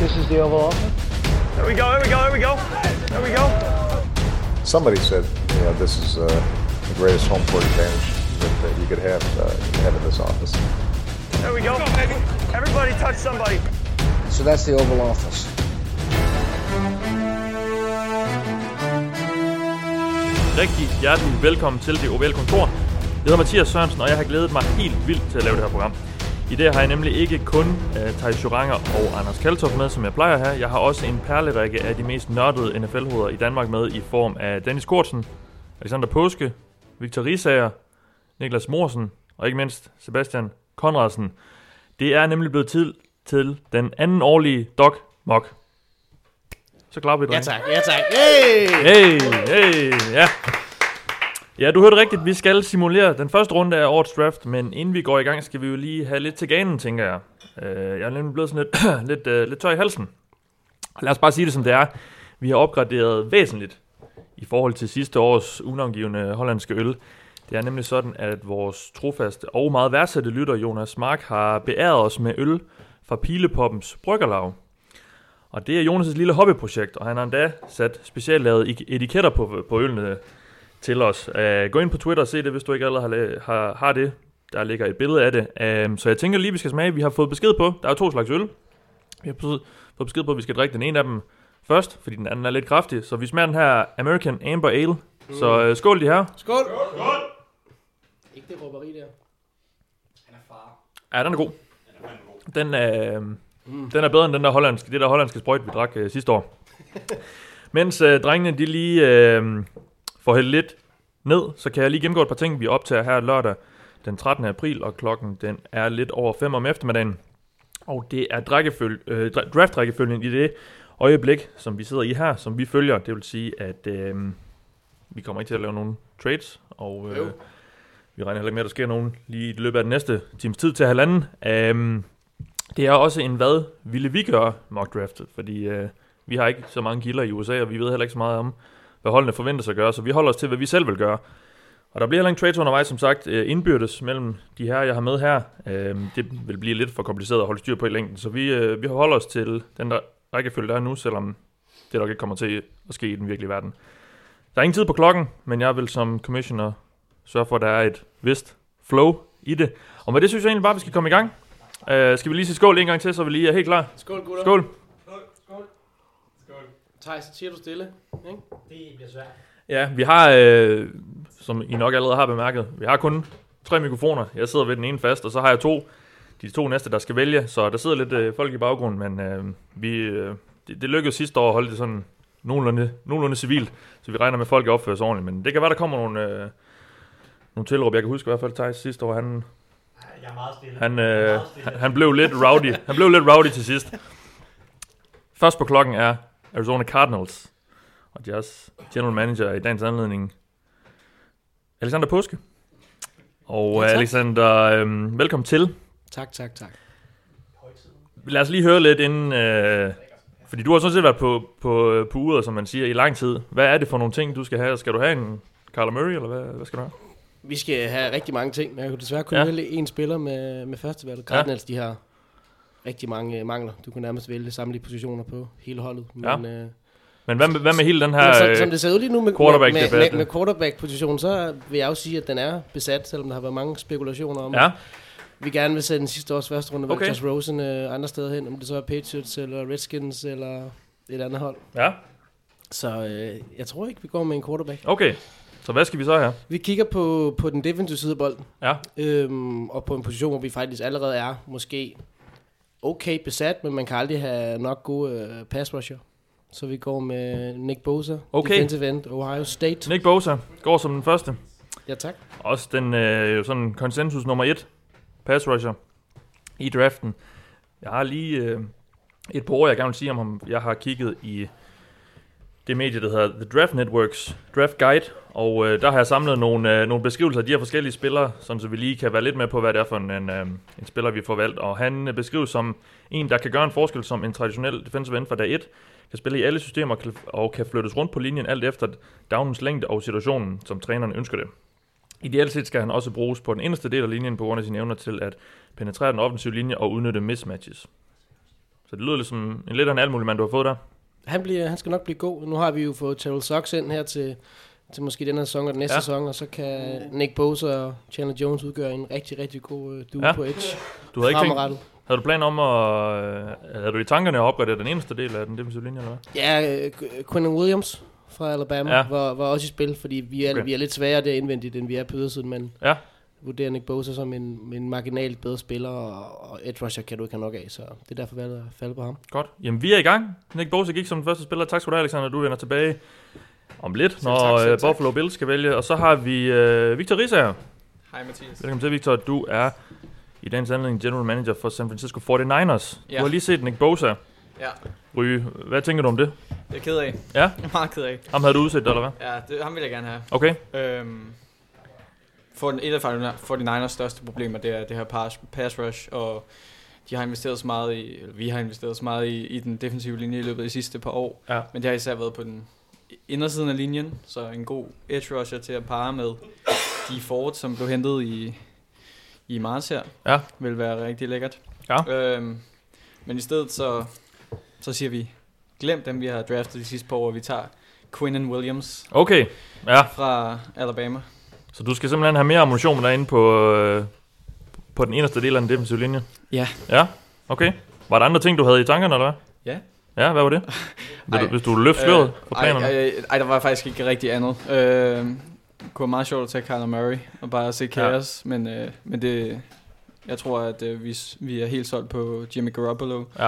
This is the Oval Office. There we go, there we go, there we go. There we go. Somebody said, this is the greatest home court advantage that you could have in this office. There we go, baby. Everybody touch somebody. So that's the Oval Office. Rigtig hjertelig velkommen til det ovale kontor. Jeg hedder Mathias Sørensen, og jeg har glædet mig helt vildt til at lave det her program. I dag har jeg nemlig ikke kun Theis Joranger og Anders Kaltoft med, som jeg plejer at have. Jeg har også en perlerække af de mest nørdede NFL-hoveder i Danmark med i form af Dennis Kortsen, Alexander Påske, Victor Risager, Niklas Morsen og ikke mindst Sebastian Konradsen. Det er nemlig blevet tid til den anden årlige Doc Mock. Så klapper vi, Ja tak, ja tak. Hey, ja. Ja, du hørte rigtigt, vi skal simulere den første runde af årets draft, men inden vi går i gang, skal vi jo lige have lidt til ganen, tænker jeg. Jeg er nemlig blevet sådan lidt tør i halsen. Lad os bare sige det som det er. Vi har opgraderet væsentligt i forhold til sidste års unavngivende hollandske øl. Det er nemlig sådan, at vores trofaste og meget værdsætte lytter, Jonas Mark, har beæret os med øl fra Pilepoppens Bryggerlaug. Og det er Jonas' lille hobbyprojekt, og han har endda sat speciallavede etiketter på ølene til os. Gå ind på Twitter og se det, hvis du ikke allerede har det. Der ligger et billede af det. Så jeg tænker lige, vi skal smage. Vi har fået besked på, der er 2 slags øl. Vi har fået besked på, at vi skal drikke den ene af dem først, fordi den anden er lidt kraftig. Så vi smager den her American Amber Ale. Så skål de her. Skål! Skål! Ikke det råberi der. Han er far. Ja, den er god. Den er bedre end det der hollandske sprøjt, vi drak sidste år. Mens drengene de lige får hældt lidt ned, så kan jeg lige gennemgå et par ting, vi optager her lørdag den 13. april, og klokken den er lidt over 5 om eftermiddagen. Og det er draft-rækkefølgen i det øjeblik, som vi sidder i her, som vi følger. Det vil sige, at vi kommer ikke til at lave nogen trades, og vi regner heller ikke med, at der sker nogen lige i løbet af den næste times tid til halvanden. Det er også en hvad ville vi gøre mock draftet, fordi vi har ikke så mange kilder i USA, og vi ved heller ikke så meget om, hvad holdene forventer sig at gøre, så vi holder os til, hvad vi selv vil gøre. Og der bliver heller ingen trades undervejs, som sagt, indbyrdes mellem de her, jeg har med her. Det vil blive lidt for kompliceret at holde styr på i længden, så vi holder os til den der rækkefølge, der er nu, selvom det nok ikke kommer til at ske i den virkelige verden. Der er ingen tid på klokken, men jeg vil som commissioner sørge for, at der er et vist flow i det. Og med det synes jeg egentlig bare, vi skal komme i gang. Skal vi lige sige skål en gang til, så vi lige er helt klar? Skål, gutter. Skål. Skål. Theis, så siger du stille, ikke? Det bliver svært. Ja, vi har, som I nok allerede har bemærket, vi har kun 3 mikrofoner. Jeg sidder ved den ene fast, og så har jeg de to næste, der skal vælge. Så der sidder lidt folk i baggrunden, men det lykkedes sidste år at holde det sådan nogenlunde civilt. Så vi regner med, at folk opfører sig ordentligt. Men det kan være, der kommer nogle tilråb. Jeg kan huske i hvert fald, Theis sidste år, jeg er meget stille. Han blev lidt rowdy. Han blev lidt rowdy til sidst. Først på klokken er Arizona Cardinals og deres general manager i dagens anledning, Alexander Påske. Og ja, Alexander, velkommen til. Tak. Lad os lige høre lidt inden, fordi du har sådan set været på uret, som man siger, i lang tid. Hvad er det for nogle ting, du skal have? Skal du have en Kyler Murray, eller hvad skal du have? Vi skal have rigtig mange ting, men jeg kunne desværre kun vælge en spiller med førstevalget. Cardinals, de har rigtig mange mangler. Du kan nærmest vælge samtlige positioner på hele holdet. Men hvad med hele den her som det ser ud lige nu med quarterback-positionen, så vil jeg jo sige, at den er besat, selvom der har været mange spekulationer om vi gerne vil sætte den sidste års første runde, okay. Josh Rosen andre steder hen, om det så er Patriots eller Redskins eller et andet hold. Ja. Så jeg tror ikke, vi går med en quarterback. Okay. Så hvad skal vi så have? Vi kigger på den defensive side af bolden. Ja. Og på en position, hvor vi faktisk allerede er måske okay besat, men man kan aldrig have nok gode pass rusher. Så vi går med Nick Bosa, defensive end, Ohio State. Nick Bosa går som den første. Ja, tak. Også den jo sådan konsensus nummer 1 pass rusher i draften. Jeg har lige et par ord, jeg gerne vil sige om ham. Jeg har kigget i det medie, der hedder The Draft Networks Draft Guide, og der har jeg samlet nogle beskrivelser af de her forskellige spillere, sådan så vi lige kan være lidt med på, hvad det er for en spiller, vi får valgt. Og han beskrives som en, der kan gøre en forskel som en traditionel defensive end fra dag 1, kan spille i alle systemer og kan flyttes rundt på linjen alt efter downens længde og situationen, som træneren ønsker det. Ideelt set skal han også bruges på den inderste del af linjen på grund af sine evner til at penetrere den offensive linje og udnytte mismatches. Så det lyder lidt som en lidt af en alt mulig mand, du har fået der. Han skal nok blive god. Nu har vi jo fået Terrell Suggs ind her til måske den her sæson og den næste sæson, og så kan Nick Bosa og Chandler Jones udgøre en rigtig, rigtig god duo på edge. Du havde ikke tænkt, havde du planer om havde du i tankerne at opgradere den eneste del af den defensive linje, eller hvad? Ja, Quinnen Williams fra Alabama var også i spil, fordi vi er lidt sværere der indvendigt, end vi er på ydersiden, men vurderer Nick Bosa som en marginalt bedre spiller, og edge rusher kan du ikke have nok af, så det er derfor valgt at falde på ham. Godt. Jamen, vi er i gang. Nick Bosa gik som den første spiller. Tak skal du have, Alexander. Du vender tilbage om lidt, når Buffalo Bills skal vælge. Og så har vi Victor Risager. Hej Mathias. Velkommen til, Victor. Du er i dagens anledning general manager for San Francisco 49ers. Ja. Du har lige set Nick Bosa ryge. Hvad tænker du om det? Jeg er ked af. Ja? Jeg er meget ked af. Ham havde du udset, eller hvad? Ja, ham vil jeg gerne have. Okay. Et af 49ers største problemer, det er det her pass rush, og vi har investeret så meget i den defensive linje i løbet af de sidste par år. Ja. Men det har især været på den indersiden af linjen, så en god edge rusher til at parre med de forwards, som blev hentet i marts her, vil være rigtig lækkert. Ja. Men i stedet så siger vi, glem dem, vi har draftet de sidste par år, og vi tager Quinnen Williams fra Alabama. Så du skal simpelthen have mere ammunition derinde på den eneste del af den defensive linje? Ja. Ja, okay. Var der andre ting, du havde i tankerne, eller hvad? Ja. Ja, hvad var det? Hvis du løfter sløret for planerne? Der var faktisk ikke rigtig andet. Det kunne være meget sjovt at tage Kyler Murray og bare se kaos, men det, jeg tror, at vi er helt solgt på Jimmy Garoppolo. Ja.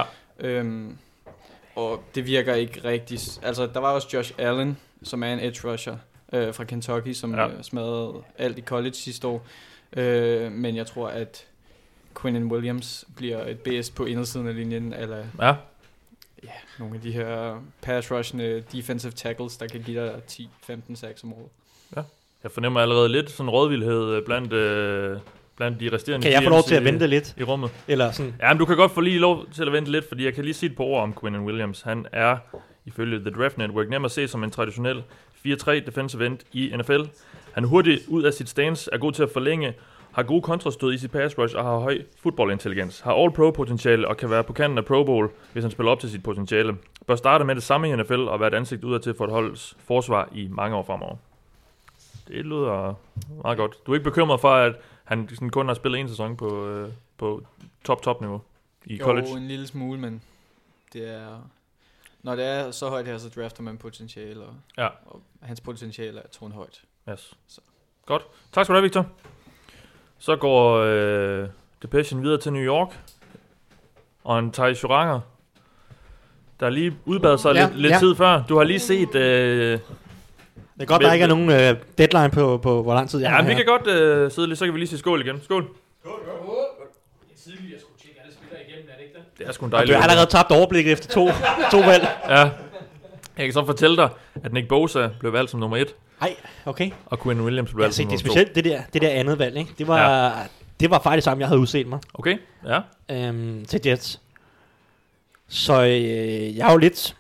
Og det virker ikke rigtigt. Altså, der var også Josh Allen, som er en edge rusher fra Kentucky, som smadrede alt i college sidste år. Men jeg tror, at Quinnen Williams bliver et bedst på indersiden af linjen, eller nogle af de her pass rushende defensive tackles, der kan give dig 10-15 sacks om året. Ja. Jeg fornemmer allerede lidt sådan rådvildhed blandt de resterende. Kan jeg få lov til at vente lidt i rummet? Eller sådan? Ja, men du kan godt få lige lov til at vente lidt, fordi jeg kan lige sige et par ord om Quinnen Williams. Han er ifølge The Draft Network nem at se som en traditionel 4-3 defensive end i NFL. Han er hurtigt ud af sit stance, er god til at forlænge, har gode kontrastød i sit pass rush og har høj fodboldintelligens. Har all-pro-potentiale og kan være på kanten af Pro Bowl, hvis han spiller op til sit potentiale. Bør starte med det samme i NFL og være et ansigt udad til for et holds forsvar i mange år fremover. Det lyder meget godt. Du er ikke bekymret for, at han sådan kun har spillet en sæson på top-niveau i college? Jo, en lille smule, men det er... Når det er så højt her, så drafter man potentiale, og hans potentiale er tårnhøjt. Yes. Så. Godt. Tak skal du have, Victor. Så går Depechen videre til New York. Og en Ty Schuranger, der lige udbad sig lidt tid før. Du har lige set... det er godt, der ikke er nogen deadline på hvor lang tid jeg har her. Vi kan godt sidde lidt, så kan vi lige sige skål igen. Skål. Skål. Det er tidligt, jeg skulle tjekke alle spillere igennem, er det ikke det? Det er sgu en dejlig. Du har allerede tabt overblikket efter to valg. Ja. Jeg kan så fortælle dig, at Nick Bosa blev valgt som nummer 1. Ej, okay. Og Quinnen Williams blev valgt som nummer 2. Det er specielt det der andet valg, ikke? Det var faktisk sammen, jeg havde udset mig. Okay, ja. Til Jets. Så jeg er jo lidt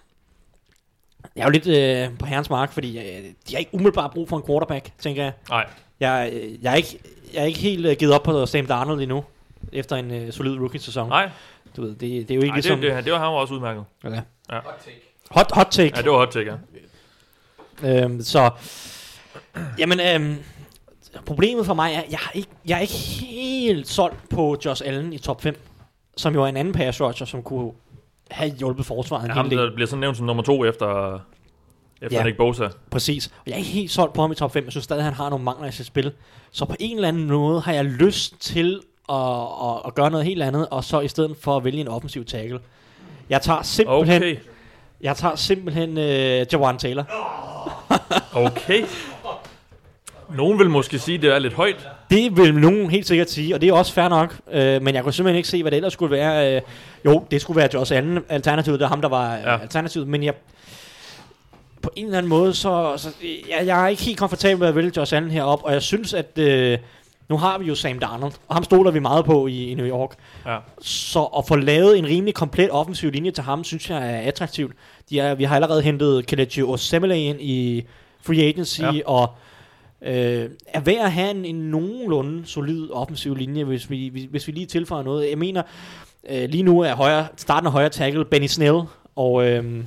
på herrens mark, fordi de har ikke umiddelbart brug for en quarterback, tænker jeg. Nej. Jeg er ikke helt givet op på Sam Darnold endnu, efter en solid rookie-sæson. Nej. Du ved, det er jo ikke ligesom... Det var han også udmærket. Okay. Ja. Hot take. Ja, det var hot take, ja. Så... Jamen, problemet for mig er, jeg er ikke helt solgt på Josh Allen i top 5, som jo er en anden pass rusher, som kunne have hjulpet forsvaret. Ja, ham der bliver sådan nævnt som nummer 2 efter Nick Bosa. Præcis. Og jeg er ikke helt solgt på ham i top 5. Jeg synes stadig, han har nogle mangler i sit spil. Så på en eller anden måde har jeg lyst til at gøre noget helt andet, og så i stedet for at vælge en offensiv tackle. Jeg tager simpelthen Jawan Taylor. Okay. Nogen vil måske sige, at det er lidt højt. Det vil nogen helt sikkert sige, og det er også fair nok. Men jeg kunne simpelthen ikke se, hvad det ellers skulle være. Jo, det skulle være Josh Allen alternativet. Det er ham, der var alternativet. Men jeg på en eller anden måde, jeg er ikke helt komfortabel med at vælge Josh Allen herop. Og jeg synes, at nu har vi jo Sam Darnold, og ham stoler vi meget på i New York. Ja. Så at få lavet en rimelig komplet offensiv linje til ham, synes jeg er attraktivt. Vi har allerede hentet Kelechi Osemele ind i free agency, og er ved at have en nogenlunde solid offensiv linje, hvis vi lige tilføjer noget. Jeg mener, Lige nu er starten af højre tackle Benny Snell, og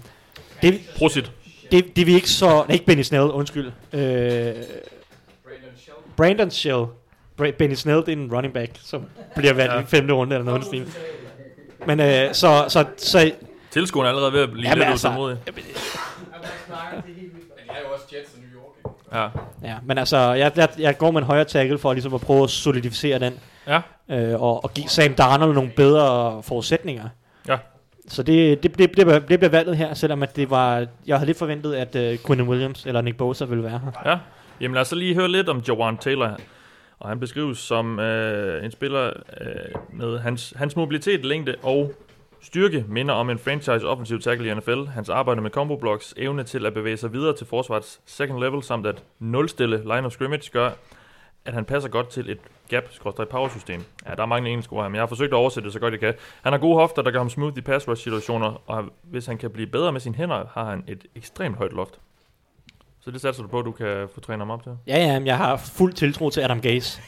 det vi ikke så... Nej, ikke Benny Snell, undskyld. Brandon Shell. Benny Snell, det er en running back, som bliver valgt i 5. runde eller noget stil. Men så tilskuerne er allerede ved at blive lidt utålmodige. Men jeg er jo også Jets og New York. Ja, men altså, jeg går med en højre tackle for ligesom at prøve at solidificere den. Ja. Og give Sam Darnold nogle bedre forudsætninger. Ja. Så det bliver valget her, selvom at jeg havde lidt forventet, at Quinnen Williams eller Nick Bosa ville være her. Ja. Jamen lad os så lige høre lidt om Jawaan Taylor. Og han beskrives som en spiller med hans mobilitet, længde og styrke minder om en franchise offensiv tackle i NFL. Hans arbejde med combo blocks, evne til at bevæge sig videre til forsvarets second level, samt at nulstille line of scrimmage gør, at han passer godt til et gap-power-system. Ja, der er mange egenskaber her, men jeg har forsøgt at oversætte det så godt jeg kan. Han har gode hofter, der gør ham smooth i pass rush situationer, og hvis han kan blive bedre med sine hænder, har han et ekstremt højt loft. Så det satser du på, at du kan få trænet ham op til? Ja, jeg har fuld tiltro til Adam Gase.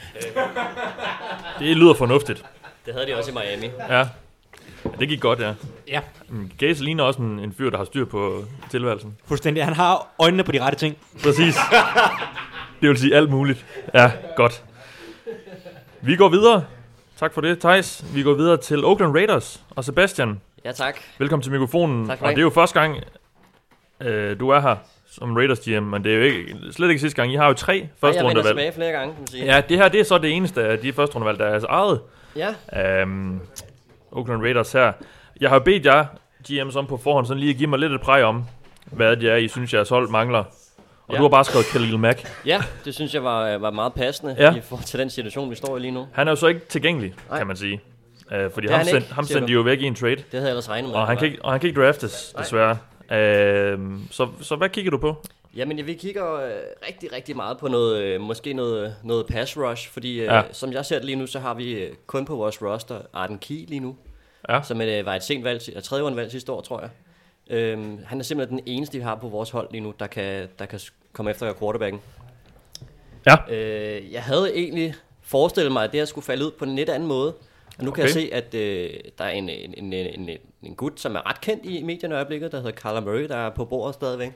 Det lyder fornuftigt. Det havde de også i Miami. Ja, det gik godt, ja. Ja. Gase ligner også en fyr, der har styr på tilværelsen. Fuldstændig. Han har øjnene på de rette ting. Præcis. Det vil sige alt muligt. Ja, godt. Vi går videre. Tak for det, Theis. Vi går videre til Oakland Raiders og Sebastian. Ja, tak. Velkommen til mikrofonen. Tak for og det er jo første gang, du er her som Raiders GM, men det er jo slet ikke sidste gang. I har jo 3 første rundevalg. Jeg vender tilbage flere gange, kan man sige. Ja, det her det er så det eneste af de første rundevalg, der er altså ejet. Ja. Oakland Raiders her. Jeg har bedt jer, GM, om på forhånd, sådan lige at give mig lidt et præg om, hvad det er, I synes, jeres hold mangler. Og du har bare skrevet Khalil Mack. Ja, det synes jeg var meget passende i forhold til den situation, vi står i lige nu. Han er jo så ikke tilgængelig, kan man sige. Fordi ham sendte de jo væk i en trade. Det havde jeg ellers regnet med. Og han kan ikke draftes, desværre. Så hvad kigger du på? Jamen, vi kigger rigtig, rigtig meget på noget pass rush, fordi som jeg ser det lige nu, så har vi kun på vores roster Arden Key lige nu, som var et sent valg, tredje rundevalg sidste år, tror jeg. Han er simpelthen den eneste, vi har på vores hold lige nu, der kan komme efter quarterbacken. Ja. Jeg havde egentlig forestillet mig, at det her skulle falde ud på en lidt anden måde. Og nu kan jeg se, at der er en gut, som er ret kendt i medierne i øjeblikket, der hedder Kyler Murray, der er på bordet stadigvæk.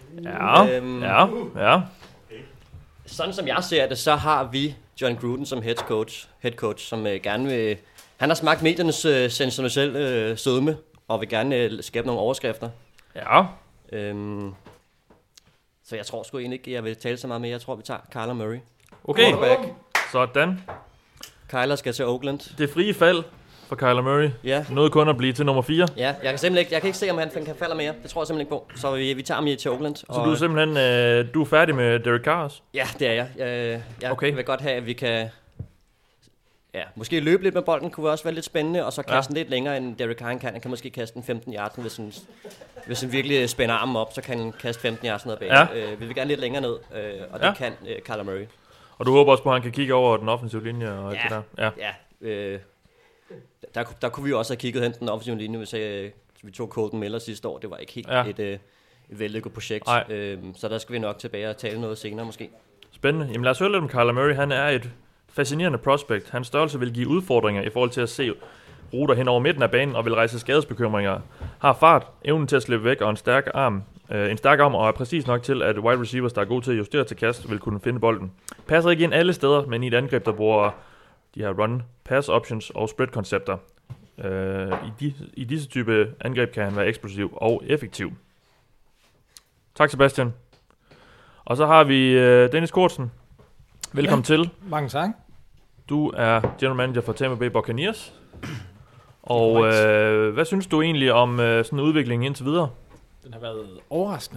Ja. Sådan som jeg ser det, så har vi John Gruden som head coach, som gerne vil... Han har smagt mediernes sensationelle sødme, og vil gerne skabe nogle overskrifter. Ja. Så jeg tror sgu egentlig ikke, jeg vil tale så meget mere. Jeg tror, vi tager Kyler Murray. Okay, sådan. Kyler skal til Oakland. Det frie fald for Kyler Murray. Ja. Noget kun at blive til nummer 4. Ja, jeg kan ikke se, om han kan falde mere. Det tror jeg simpelthen ikke på. Så vi tager ham til Oakland. Så du er simpelthen du er færdig med Derek Carr også? Ja, det er jeg. Jeg vil godt have, at vi kan... Ja, måske løbe lidt med bolden kunne også være lidt spændende, og så kaste den lidt længere, end Derek Carr kan. Han kan måske kaste den 15 yards, hvis han virkelig spænder armen op, så kan han kaste 15 yards ned bag. Vi vil gerne lidt længere ned, og det kan Kyler Murray. Og du håber også på, at han kan kigge over den offensive linje og alt det der? Der kunne vi jo også have kigget hen den offensive linje, hvis vi tog Colton Miller sidste år. Det var ikke helt et vellykket projekt, så der skal vi nok tilbage og tale noget senere måske. Spændende. Jamen lad os høre lidt om Kyler Murray. Han er et fascinerende prospect. Hans størrelse vil give udfordringer i forhold til at se ruter hen over midten af banen og vil rejse skadesbekymringer. Har fart, evnen til at slippe væk og en stærk arm og er præcis nok til, at wide receivers, der er gode til at justere til kast, vil kunne finde bolden. Passer ikke ind alle steder, men i et angreb, der bruger de her run, pass options og spread-koncepter. I disse type angreb kan han være eksplosiv og effektiv. Tak, Sebastian. Og så har vi Dennis Kortsen. Velkommen til. Mange tak. Du er general manager for Tampa Bay Buccaneers. Og hvad synes du egentlig om sådan en udvikling indtil videre? Den har været overraskende.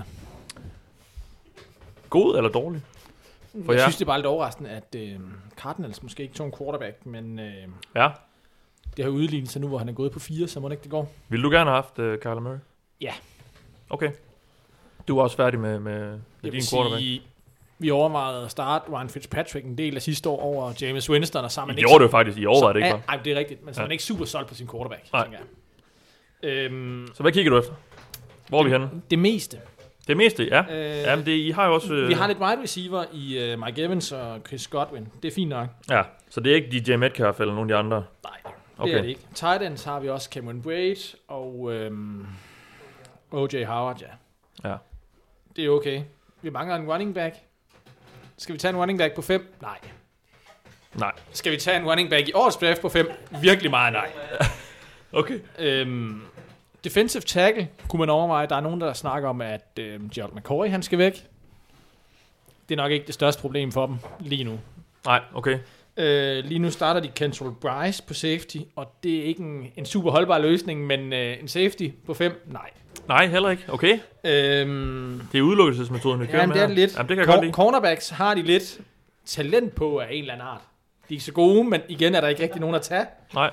God eller dårlig? Jeg synes, det er bare lidt overraskende, at Cardinals måske ikke tog en quarterback, men det har udlignet sig nu, hvor han er gået på 4, så må det ikke det går. Vil du gerne have haft Kyler Murray? Ja. Okay. Du er også færdig med din quarterback? Vi overvejede at starte Ryan Fitzpatrick en del af sidste år over Jameis Winston, og så er man ikke... I gjorde det jo faktisk, I overvejede det ikke? Nej, det er rigtigt, men så er man ikke super solgt på sin quarterback, tænker jeg. Så hvad kigger du efter? Hvor er vi henne? Det meste. Det meste, ja. Jamen, I har jo også... Vi har lidt wide receiver i Mike Evans og Chris Godwin. Det er fint nok. Ja, så det er ikke DJ Metcalf eller nogen af de andre? Nej, Okay. Det er det ikke. Titans har vi også Cameron Braid og O.J. Howard, Ja. Det er okay. Vi mangler en running back. Skal vi tage en running back på 5? Nej. Skal vi tage en running back i årets draft på 5? Virkelig meget nej. Okay. Defensive tackle kunne man overveje. Der er nogen, der snakker om, at Gerald McCoy, han skal væk. Det er nok ikke det største problem for dem lige nu. Nej, okay. Lige nu starter de Kentrell Bryce på safety, og det er ikke en super holdbar løsning, men en safety på 5, nej. Nej, heller ikke. Okay. Det er udelukkelsesmetoden, vi kører med. Det er det lidt. Jamen, det kan jeg godt lide. Cornerbacks har de lidt talent på af en eller anden art. De er ikke så gode, men igen er der ikke rigtig nogen at tage. Nej.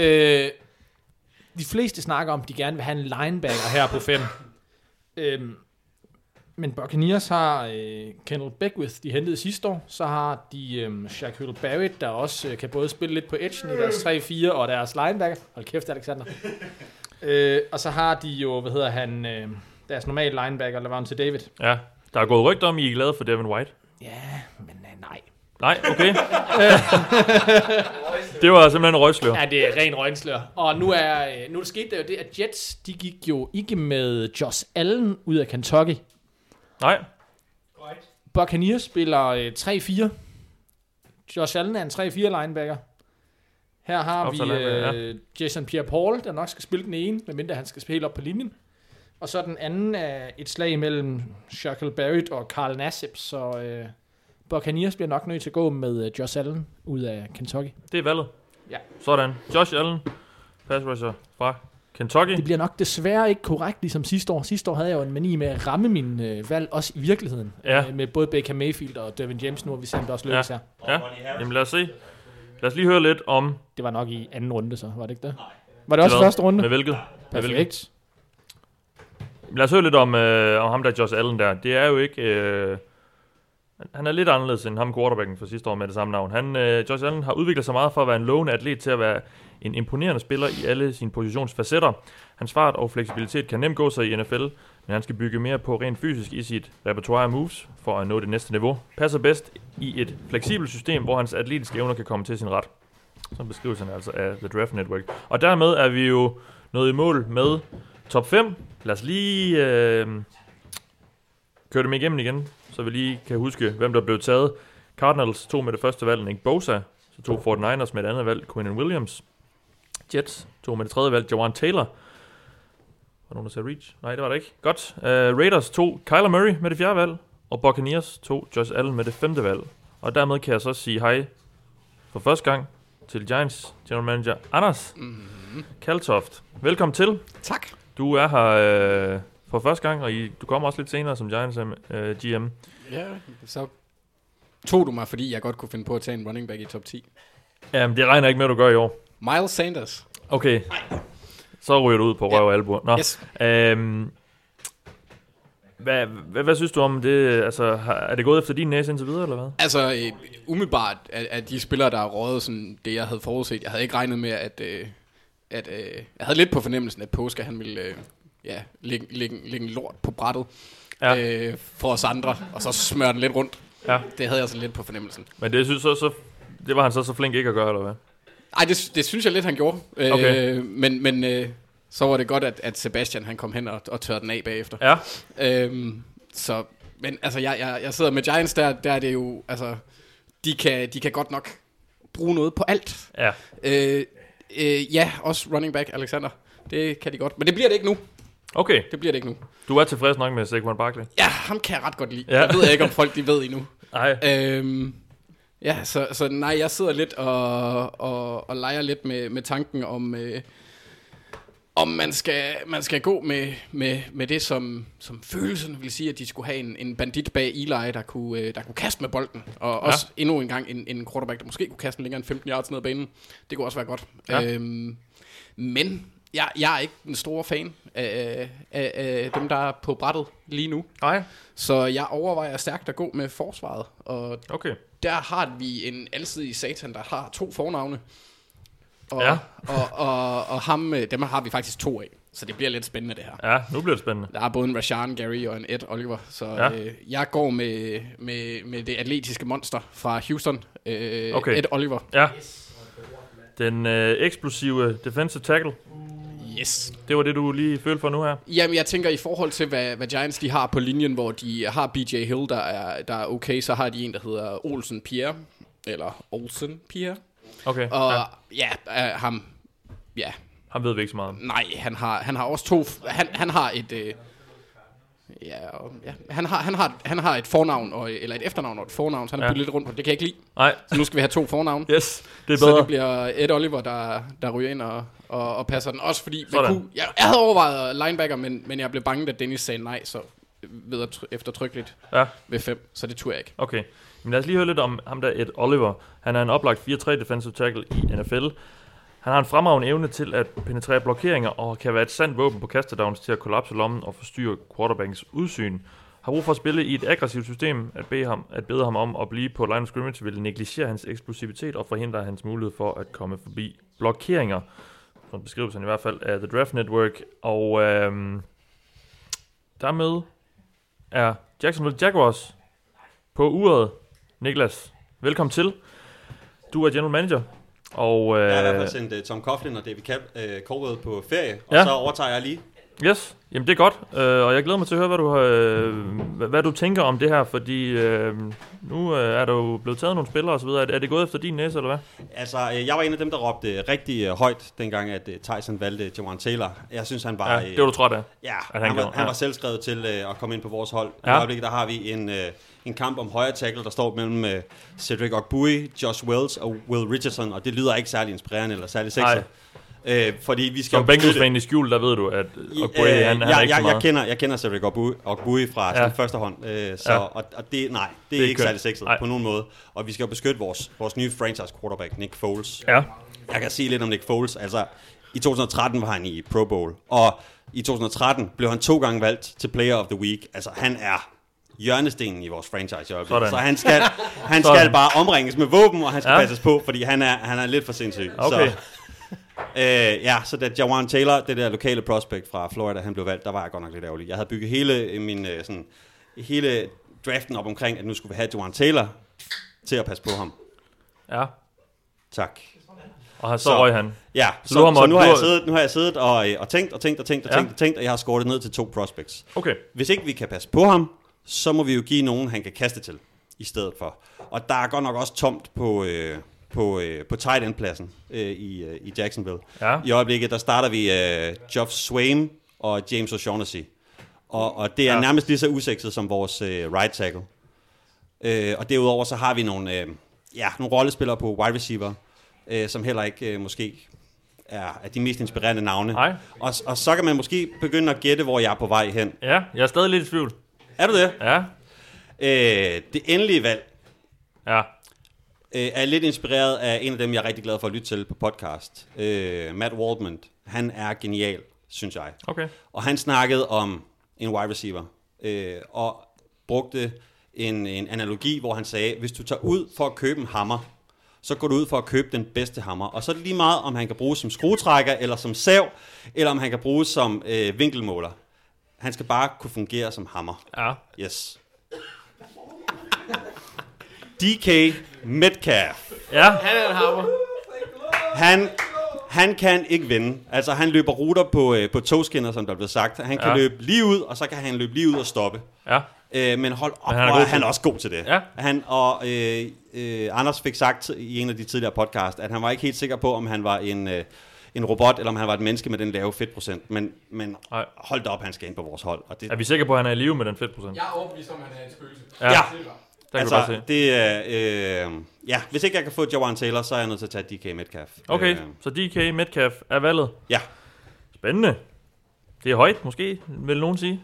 De fleste snakker om, at de gerne vil have en linebacker her på 5. Men Buccaneers har Kendall Beckwith, de hentede sidste år. Så har de Shaquille Barrett, der også kan både spille lidt på edgen i deres 3-4 og deres linebacker. Hold kæft, Alexander. Og så har de jo, deres normale linebacker, Lavonte David. Ja, der er gået rygter om, I er glade for Devin White. Ja, men nej. Nej, okay. Det var simpelthen en røgslør. Ja, det er ren røgslør. Og nu skete der jo det, at Jets, de gik jo ikke med Josh Allen ud af Kentucky. Nej. Buccaneers spiller 3-4. Josh Allen er en 3-4 linebacker. Her har vi Jason Pierre-Paul, der nok skal spille den ene, medmindre han skal spille op på linjen. Og så den anden er et slag mellem Shaquille Barrett og Carl Nassib, så Buccaneers bliver nok nødt til at gå med Josh Allen ud af Kentucky. Det er valget. Ja. Sådan. Josh Allen, pass rusher fra Kentucky. Det bliver nok desværre ikke korrekt, ligesom sidste år. Sidste år havde jeg jo en mani med at ramme min valg, også i virkeligheden. Ja. Med både Baker Mayfield og Dervin James. Nu har vi sendt også lykkes her. Ja, jamen lad os se. Lad os lige høre lidt om... Det var nok i anden runde, så var det ikke det? Var det også første runde? Med hvilket? Perfekt. Lad os høre lidt om ham der, Josh Allen der. Det er jo ikke... han er lidt anderledes end ham quarterbacken for sidste år med det samme navn. Josh Allen har udviklet sig meget fra at være en lovende atlet til at være en imponerende spiller i alle sine positionsfacetter. Hans fart og fleksibilitet kan nemt gå sig i NFL, men han skal bygge mere på rent fysisk i sit repertoire af moves for at nå det næste niveau. Passer bedst i et fleksibelt system, hvor hans atletiske evner kan komme til sin ret. Sådan beskrives han altså af The Draft Network. Og dermed er vi jo nået i mål med top 5. Lad os lige køre dem igennem igen, så vi lige kan huske, hvem der blev taget. Cardinals tog med det første valg Nick Bosa, så tog 49ers med det andet valg Quinnen Williams. Jets tog med det tredje valg Jawan Taylor. Var nogen, der sagde Reach? Nej, det var det ikke. Godt. Raiders tog Kyler Murray med det fjerde valg, og Buccaneers tog Josh Allen med det femte valg. Og dermed kan jeg så sige hej for første gang til Giants General Manager Anders Kaltoft. Velkommen til. Tak. Du er her for første gang, og du kommer også lidt senere som Giants GM. Ja, så tog du mig, fordi jeg godt kunne finde på at tage en running back i top 10. Jamen, det regner ikke med, at du gør i år. Miles Sanders. Okay. Så ryger du ud på røv og albuer. Nå. Yes. Hvad synes du om det? Altså, er det gået efter din næse indtil videre, eller hvad? Altså, umiddelbart at de spillere, der har rådet sådan det, jeg havde forudset. Jeg havde ikke regnet med, at jeg havde lidt på fornemmelsen, at Påske, han ville lægge en lort på brættet for os andre, og så smøre den lidt rundt. Ja. Det havde jeg så lidt på fornemmelsen. Men det synes det var han så flink ikke at gøre, eller hvad? Nej, det synes jeg lidt, han gjorde. Okay. Men så var det godt, at Sebastian han kom hen og tørrede den af bagefter. Ja. Så, men altså, jeg sidder med Giants, der er det jo, altså, de kan godt nok bruge noget på alt. Ja. Ja, også running back Alexander. Det kan de godt, men det bliver det ikke nu. Okay. Det bliver det ikke nu. Du er tilfreds nok med Saquon Barkley? Ja, ham kan jeg ret godt lide. Ja. Jeg ved ikke, om folk de ved endnu. Nej. Ja, så nej, jeg sidder lidt og leger lidt med tanken om man skal gå med det, som følelsen vil sige, at de skulle have en bandit bag Eli, der kunne kaste med bolden. Og også endnu en gang en quarterback, der måske kunne kaste længere end 15 yards ned ad banen. Det kunne også være godt. Ja. Men jeg er ikke en stor fan af dem, der er på brættet lige nu. Nej. Så jeg overvejer stærkt at gå med forsvaret. Og der har vi en alsidig satan, der har 2 fornavne. Og ham, dem har vi faktisk 2 af. Så det bliver lidt spændende, det her. Ja, nu bliver det spændende. Der er både en Rashan Gary og en Ed Oliver. Så jeg går med det atletiske monster fra Houston. Ed Oliver. Ja. Den eksplosive defensive tackle. Yes. Det var det, du lige følte for nu her? Jamen, jeg tænker i forhold til, hvad Giants de har på linjen, hvor de har BJ Hill, der er okay, så har de en, der hedder Olsen Pierre. Eller Olsen Pierre. Okay. Og ham... Ja. Han ved vi ikke så meget. Nej, han har også to... Han har et... Han har et fornavn, eller et efternavn og et fornavn, så han har byttet lidt rundt på det. Det kan jeg ikke lide. Nej. Så nu skal vi have 2 fornavn. Yes, det er bedre. Så det bliver Ed Oliver, der ryger ind og passer den. Også fordi, jeg havde overvejet linebacker, men jeg blev bange, da Dennis sagde nej, så ved eftertrykkeligt ved 5, så det turde jeg ikke. Okay, men lad os lige høre lidt om ham der Ed Oliver. Han er en oplagt 4-3 defensive tackle i NFL. Han har en fremragende evne til at penetrere blokeringer og kan være et sandt våben på kastedowns til at kollapse lommen og forstyrre quarterbackens udsyn. Har brug for at spille i et aggressivt system, at bede ham om at blive på line of scrimmage vil negligere hans eksplosivitet og forhindre hans mulighed for at komme forbi blokeringer. Sådan beskrives han i hvert fald af The Draft Network. Og dermed er Jacksonville Jaguars på uret. Niklas, velkommen til. Du er general manager. Og, jeg har i hvert fald sendt Tom Coughlin og David Caldwell på ferie, og så overtager jeg lige. Yes, jamen det er godt, og jeg glæder mig til at høre, hvad du tænker om det her, fordi nu er der jo blevet taget nogle spillere og så videre. Er det gået efter din næse, eller hvad? Altså, jeg var en af dem, der råbte rigtig højt, dengang at Tyson valgte Jawan Taylor. Jeg synes, han var... det var du træt af? Ja, han var selvskrevet til at komme ind på vores hold. I øjeblikket, der har vi en kamp om højre tackle, der står mellem Cedric Ogbuehi, Josh Wells og Will Richardson, og det lyder ikke særlig inspirerende eller særlig sexet. Fordi vi skal som Bengals-fan i skjul, der ved du, at Ogbuehi, han er ikke så meget. Jeg kender Cedric Ogbuehi fra første hånd, og det er ikke særlig sexet på nogen måde. Og vi skal jo beskytte vores nye franchise quarterback, Nick Foles. Ja. Jeg kan sige lidt om Nick Foles. Altså, i 2013 var han i Pro Bowl, og i 2013 blev han 2 gange valgt til Player of the Week. Altså, han er hjørnestenen i vores franchise. Så han skal bare omringes med våben, og han skal passes på, fordi han er lidt for sindssyg. Okay. Så da Jawan Taylor, det der lokale prospect fra Florida, han blev valgt, der var jeg godt nok lidt ærgerlig. Jeg havde bygget hele draften op omkring, at nu skulle vi have Jawan Taylor til at passe på ham. Ja. Tak. Og så røg han. Ja, så nu har jeg siddet og tænkt, og jeg har skåret ned til 2 prospects. Okay. Hvis ikke vi kan passe på ham, så må vi jo give nogen, han kan kaste til i stedet for. Og der er godt nok også tomt på tight end pladsen i Jacksonville. Ja. I øjeblikket, der starter vi Geoff Swaim og James O'Shaughnessy. Og det er nærmest lige så usekset som vores right tackle. Og derudover så har vi nogle rollespillere på wide receiver, som heller ikke måske er de mest inspirerende navne. Og så kan man måske begynde at gætte, hvor jeg er på vej hen. Ja, jeg er stadig lidt i tvivl. Er du det? Ja. Det endelige valg er lidt inspireret af en af dem, jeg er rigtig glad for at lytte til på podcast. Matt Waldman. Han er genial, synes jeg. Okay. Og han snakkede om en wide receiver, og brugte en analogi, hvor han sagde, hvis du tager ud for at købe en hammer, så går du ud for at købe den bedste hammer. Og så er det lige meget, om han kan bruges som skruetrækker, eller som sav, eller om han kan bruges som vinkelmåler. Han skal bare kunne fungere som hammer. Ja. Yes. DK Metcalf. Ja. Han er en hammer. Han kan ikke vinde. Altså, han løber ruter på togskinner, som der blev sagt. Han kan løbe lige ud, og så kan han løbe lige ud og stoppe. Ja. Men hold op, han er også god til det. Ja. Anders fik sagt i en af de tidligere podcast, at han var ikke helt sikker på, om han var en robot, eller om han var et menneske med den lave fedtprocent. Men hold da op, han skal ind på vores hold. Og det, er vi sikre på, at han er i live med den fedtprocent? Jeg er overbevist om, at han er et spøgelse. Ja. Altså, det er... hvis ikke jeg kan få Jawan Taylor, så er jeg nødt til at tage DK Metcalf. Okay, så DK Metcalf er valget? Ja. Spændende. Det er højt, måske, vil nogen sige.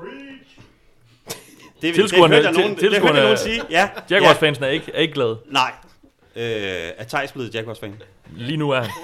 Tilskuerne hørte nogen sige. Ja. Jaguars-fansene er ikke glade. Nej. Er Thijs blevet Jaguars-fan? Lige nu er han.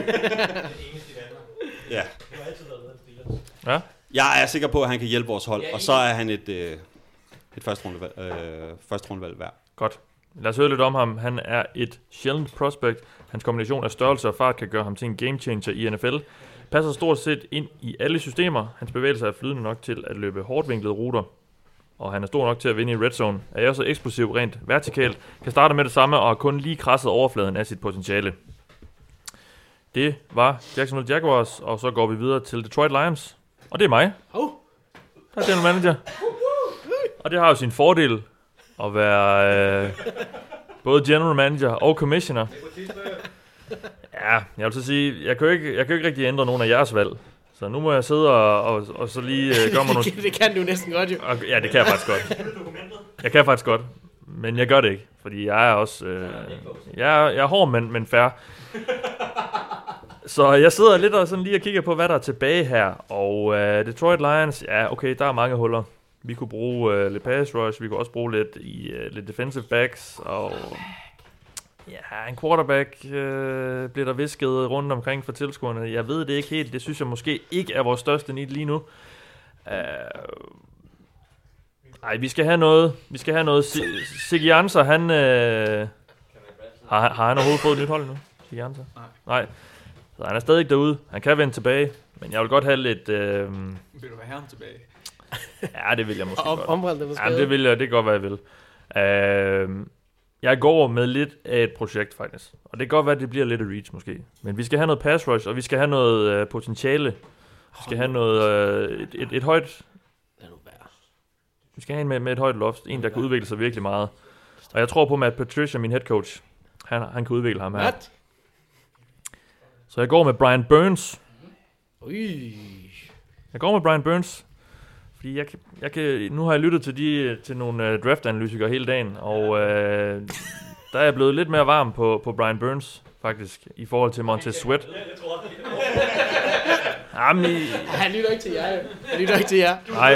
Ja. Ja. Jeg er sikker på, at han kan hjælpe vores hold, og så er han et første rundevalg værd. Godt. Lad os høre lidt om ham. Han er et sjældent prospect. Hans kombination af størrelse og fart kan gøre ham til en game changer i NFL. Passer stort set ind i alle systemer. Hans bevægelser er flydende nok til at løbe hårdt vinklede ruter. Og han er stor nok til at vinde i red zone. Er også eksplosiv rent vertikalt. Kan starte med det samme og har kun lige krasset overfladen af sit potentiale. Det var Jacksonville Jaguars, og så går vi videre til Detroit Lions. Og det er mig. Der er general manager. Og det har jo sin fordel at være både general manager og commissioner. Ja, jeg vil så sige, jeg kan jo ikke rigtig ændre nogen af jeres valg. Så nu må jeg sidde og så lige gøre mig nogle... Det kan du næsten godt jo. Ja, det kan jeg faktisk godt. Jeg kan faktisk godt, men jeg gør det ikke, fordi jeg er også... jeg er hård, men fair. Så jeg sidder lidt og sådan lige og kigger på, hvad der er tilbage her. Og Detroit Lions, ja, okay, der er mange huller. Vi kunne bruge lidt pass rush, vi kunne også bruge lidt i lidt defensive backs, og ja, en quarterback bliver der visket rundt omkring for tilskuerne. Jeg ved det ikke helt, det synes jeg måske ikke er vores største need lige nu. Nej, vi skal have noget. Sigianza, han... har han overhovedet fået et nyt hold nu? Sigianza? Nej. Så han er stadig derude. Han kan vende tilbage, men jeg vil godt have lidt... Vil du have ham tilbage? Ja, det vil jeg måske godt. Ja, det vil jeg, det kan godt være, jeg vil. Jeg går med lidt af et projekt, faktisk. Og det kan godt være, at det bliver lidt af reach, måske. Men vi skal have noget pass rush, og vi skal have noget potentiale. Vi skal have noget... et højt... Vi skal have en med et højt loft. En, der kan udvikle sig virkelig meget. Og jeg tror på, Matt Patricia, min head coach, han kan udvikle ham her. What? Så jeg går med Brian Burns. Jeg går med Brian Burns. Fordi jeg kan, nu har jeg lyttet til nogle draft-analytikere hele dagen, og der er jeg blevet lidt mere varm på Brian Burns, faktisk, i forhold til Montez Sweat. Han lytter ikke til jer. Nej.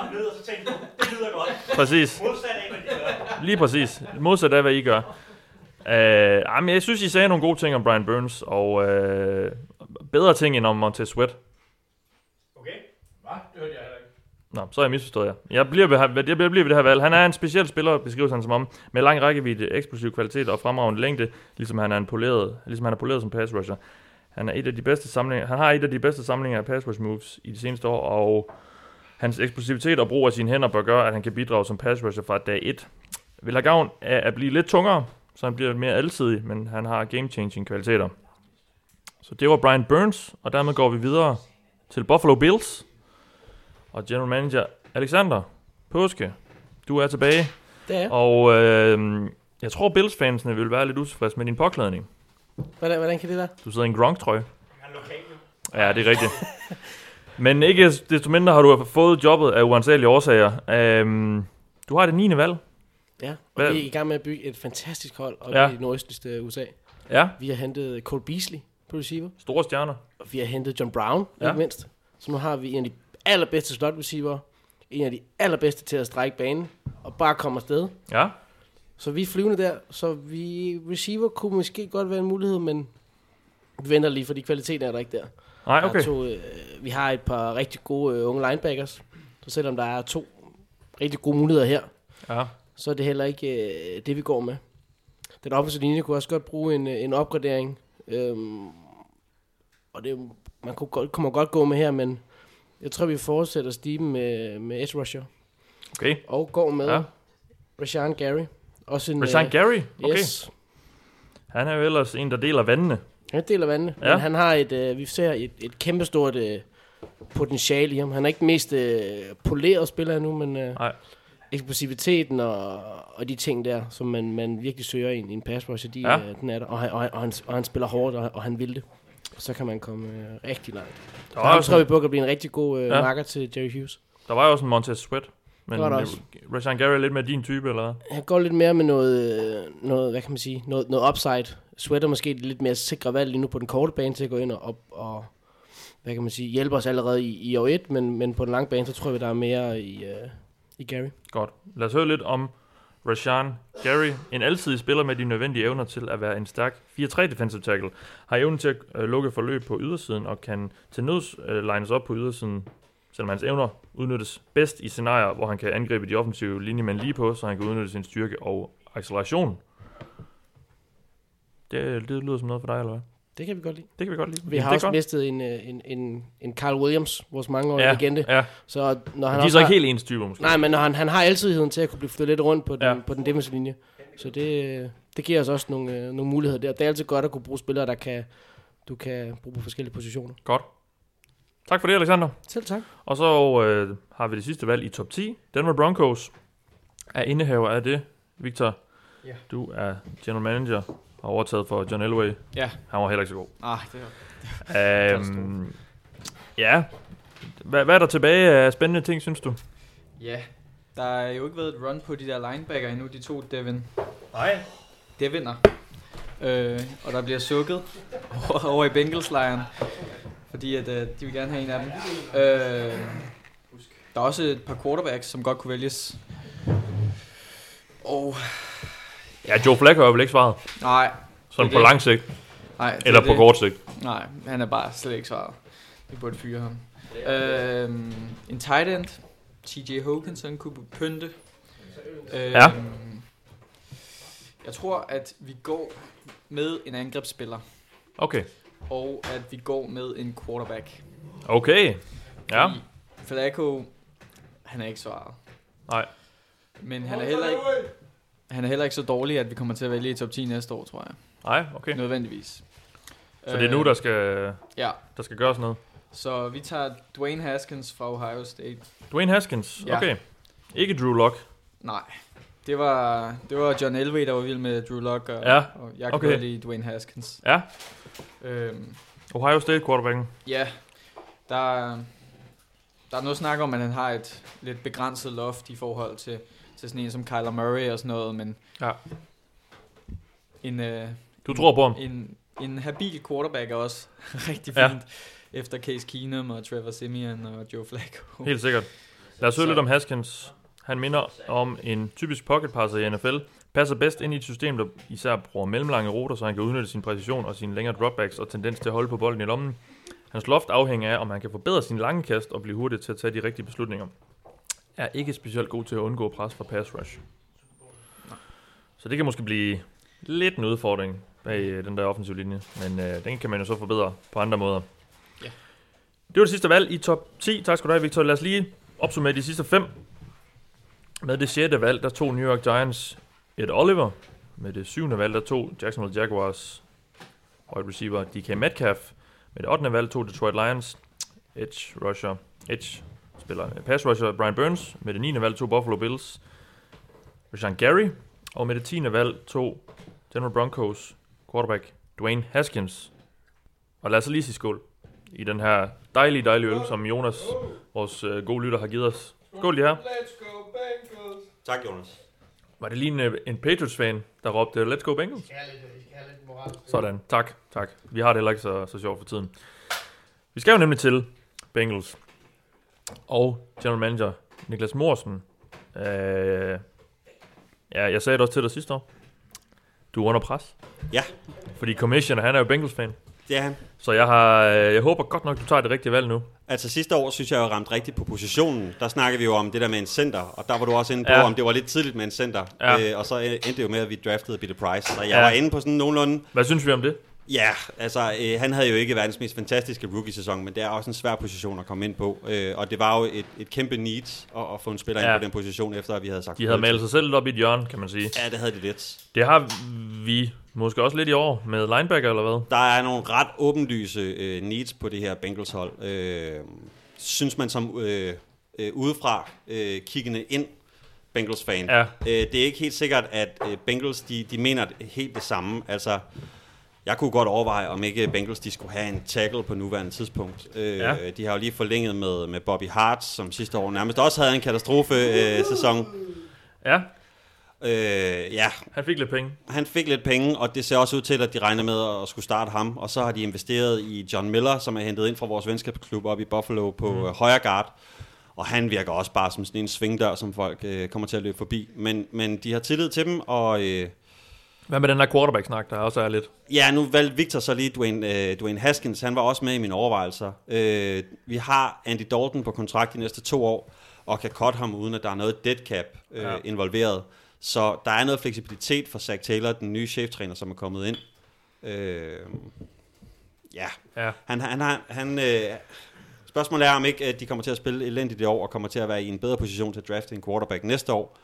Præcis. Lige præcis. Modsat af, hvad I gør. Jeg synes, I sagde nogle gode ting om Brian Burns, og bedre ting end om Montez Sweat. Okay. Hvad? Det hørte jeg heller ikke. Nå, så er jeg misforstået jer. Jeg bliver ved det her valg. Han er en speciel spiller, beskrives han som om, med lang rækkevidde, eksplosiv kvalitet og fremragende længde, ligesom han er poleret som pass rusher. Han har et af de bedste samlinger af pass rush moves i de seneste år, og hans eksplosivitet og brug af sine hænder bør gøre, at han kan bidrage som pass rusher fra dag 1. Vil have gavn af at blive lidt tungere, så han bliver mere alsidig, men han har game-changing kvaliteter. Så det var Brian Burns, og dermed går vi videre til Buffalo Bills. Og general manager Alexander Påske, du er tilbage. Det er. Og jeg tror Bills-fansene vil være lidt utilfredse med din påklædning. Hvordan kan det være? Du sidder i en Gronk-trøje. Ja, det er rigtigt. Men ikke desto mindre har du fået jobbet af uansagelige årsager. Du har det 9. valg. Ja, og vi er i gang med at bygge et fantastisk hold op i det nordøstligste USA. Ja. Vi har hentet Cole Beasley på receiver. Store stjerner. Og vi har hentet John Brown, ikke mindst. Så nu har vi en af de allerbedste slot receiver. En af de allerbedste til at strække banen. Og bare komme afsted. Ja. Så vi er flyvende der. Så vi receiver kunne måske godt være en mulighed, men vi venter lige, fordi kvaliteten er der ikke der. Nej, okay. Vi har et par rigtig gode unge linebackers. Så selvom der er 2 rigtig gode muligheder her, så er det heller ikke det, vi går med. Den offensive linje kunne også godt bruge en opgradering. Og det kunne man godt gå med her, men jeg tror, vi fortsætter stimen med edge rusher. Okay. Og går med Rashan Gary. Rashan Gary? Okay. Yes. Han er jo ellers en, der deler vandene. Han deler vandene, men han har vi ser et kæmpestort potentiale i ham. Han er ikke den mest polerede spiller endnu, men eksplosiviteten og de ting der, som man virkelig søger i en pass rusher, den er der. Og han spiller hårdt, og han vil det. Så kan man komme rigtig langt. Jeg tror, vi kan blive en rigtig god marker til Jerry Hughes. Der var jo også en Montez Sweat. Men Rashan Gary er lidt mere din type, eller hvad? Han går lidt mere med noget hvad kan man sige, noget upside. Sweat er måske lidt mere sikre valg lige nu på den korte bane til at gå ind og hvad kan man sige, hjælpe os allerede i år 1, men på den lange bane, så tror jeg, der er mere i Gary. Godt. Lad os høre lidt om Rashan Gary, en altidig spiller med de nødvendige evner til at være en stærk 4-3 defensive tackle, har evnen til at lukke forløb på ydersiden og kan til nøds lines op på ydersiden, selvom hans evner udnyttes bedst i scenarier, hvor han kan angribe de offensive linjemænd lige på, så han kan udnytte sin styrke og acceleration. Det lyder som noget for dig, eller hvad? Det kan vi godt lide. Vi har også mistet en Carl Williams, vores mangeårige legende. Ja. Så når han de er så ikke helt ens typer, måske. Nej, men når han har altidigheden til at kunne blive flyttet lidt rundt på den defensive linje. Så det giver os også nogle muligheder der. Det er altid godt at kunne bruge spillere, der kan du kan bruge på forskellige positioner. Godt. Tak for det, Alexander. Selv tak. Og så har vi det sidste valg i top 10. Denver Broncos er indehaver af det. Victor, du er general manager og overtaget for John Elway. Ja. Han var heller ikke så god. Det ja. Hvad er der tilbage af spændende ting, synes du? Ja, der er jo ikke været et run på de der linebacker endnu, de to Deviner. Og der bliver sukket over i Bengals-lejren, fordi at, de vil gerne have en af dem. Der er også et par quarterbacks, som godt kunne vælges. Ja, Joe Flacco er vel ikke svaret? Nej. Sådan på lang sigt? Nej. Eller på kort sigt? Nej, han er bare slet ikke svaret. Vi burde fyre ham. En tight end, TJ Hawkinson, kunne pynte. Ja. Jeg tror, at vi går med en angrebsspiller. Okay. Og at vi går med en quarterback. Okay. Ja. Flacco, han er ikke svaret. Nej. Men han er heller ikke så dårlig, at vi kommer til at vælge i top 10 næste år, tror jeg. Nej, okay. Nødvendigvis. Så det er nu, der skal gøres noget? Så vi tager Dwayne Haskins fra Ohio State. Dwayne Haskins, okay. Ja. Ikke Drew Lock? Nej. Det var John Elway, der var vild med Drew Lock, og jeg kan godt lide Dwayne Haskins. Ja. Ohio State quarterbacken? Ja. Der er noget snak om, at han har et lidt begrænset loft i forhold til sådan en som Kyler Murray og sådan noget, men du tror på ham? En habil quarterback er også rigtig fint, efter Case Keenum og Trevor Siemian og Joe Flacco. Helt sikkert. Lad os høre lidt om Haskins. Han minder om en typisk pocketpasser i NFL. Passer bedst ind i et system, der især bruger mellemlange ruter, så han kan udnytte sin præcision og sine længere dropbacks og tendens til at holde på bolden i lommen. Hans loft afhænger af, om han kan forbedre sin lange kast og blive hurtig til at tage de rigtige beslutninger. Er ikke specielt god til at undgå pres fra pass rush. Så det kan måske blive lidt en udfordring bag den der offensive linje, men den kan man jo så forbedre på andre måder. Ja. Det var det sidste valg i top 10. Tak skal du have, Victor. Lad os lige opsummere de sidste 5. Med det 6. valg, der tog New York Giants Ed Oliver. Med det 7. valg, der tog Jacksonville Jaguars wide receiver DK Metcalf. Med det 8. valg tog Detroit Lions pass rusher Brian Burns. Med det 9. valg tog Buffalo Bills Rashan Gary. Og med det 10. valg tog Denver Broncos quarterback Dwayne Haskins. Og lad os lige sige skål i den her dejlige øl, som Jonas, vores gode lytter, har givet os. Skål lige her. Let's go Bengals. Tak, Jonas. Var det lige en Patriots-fan, der råbte Let's go Bengals? I skal have lidt moral. Sådan, tak. Vi har det heller ikke så sjovt for tiden. Vi skal jo nemlig til Bengals. Og general manager Niklas Morsen. Jeg sagde det også til dig sidste år. Du er under pres. Ja. Fordi commissioner, han er jo Bengals-fan. Det er han. Så jeg håber godt nok, du tager det rigtige valg nu. Altså sidste år, synes jeg, jeg ramt rigtigt på positionen. Der snakkede vi jo om det der med en center, og der var du også inde på, om det var lidt tidligt med en center. Ja. Og så endte det jo med, at vi draftede Billy Price. Så jeg var inde på sådan nogenlunde. Hvad synes vi om det? Ja, altså han havde jo ikke verdens mest fantastiske rookie-sæson, men det er også en svær position at komme ind på. Og det var jo et kæmpe need at få en spiller ind på den position, efter at vi havde sagt. De havde malet sig selv op i et hjørne, kan man sige. Ja, det havde de lidt. Det har vi måske også lidt i år med linebacker, eller hvad? Der er nogle ret åbenlyse needs på det her Bengals-hold. Synes man som udefra kiggende ind Bengals-fan. Ja. Det er ikke helt sikkert, at Bengals de mener helt det samme. Altså, jeg kunne godt overveje, om ikke Bengals de skulle have en tackle på nuværende tidspunkt. De har jo lige forlænget med Bobby Hart, som sidste år nærmest også havde en katastrofe-sæson. Ja. Ja. Han fik lidt penge, og det ser også ud til, at de regner med at skulle starte ham. Og så har de investeret i John Miller, som er hentet ind fra vores venskabsklub op i Buffalo på højre guard. Og han virker også bare som sådan en svingdør, som folk kommer til at løbe forbi. Men de har tillid til dem, og... Hvad med den der quarterback-snak, der også er lidt? Ja, nu valgte Victor så lige Dwayne Haskins. Han var også med i mine overvejelser. Vi har Andy Dalton på kontrakt de næste 2 år, og kan cut ham, uden at der er noget dead cap involveret. Så der er noget fleksibilitet for Zach Taylor, den nye cheftræner, som er kommet ind. Spørgsmålet er, om ikke de kommer til at spille elendigt i år, og kommer til at være i en bedre position til at drafte en quarterback næste år.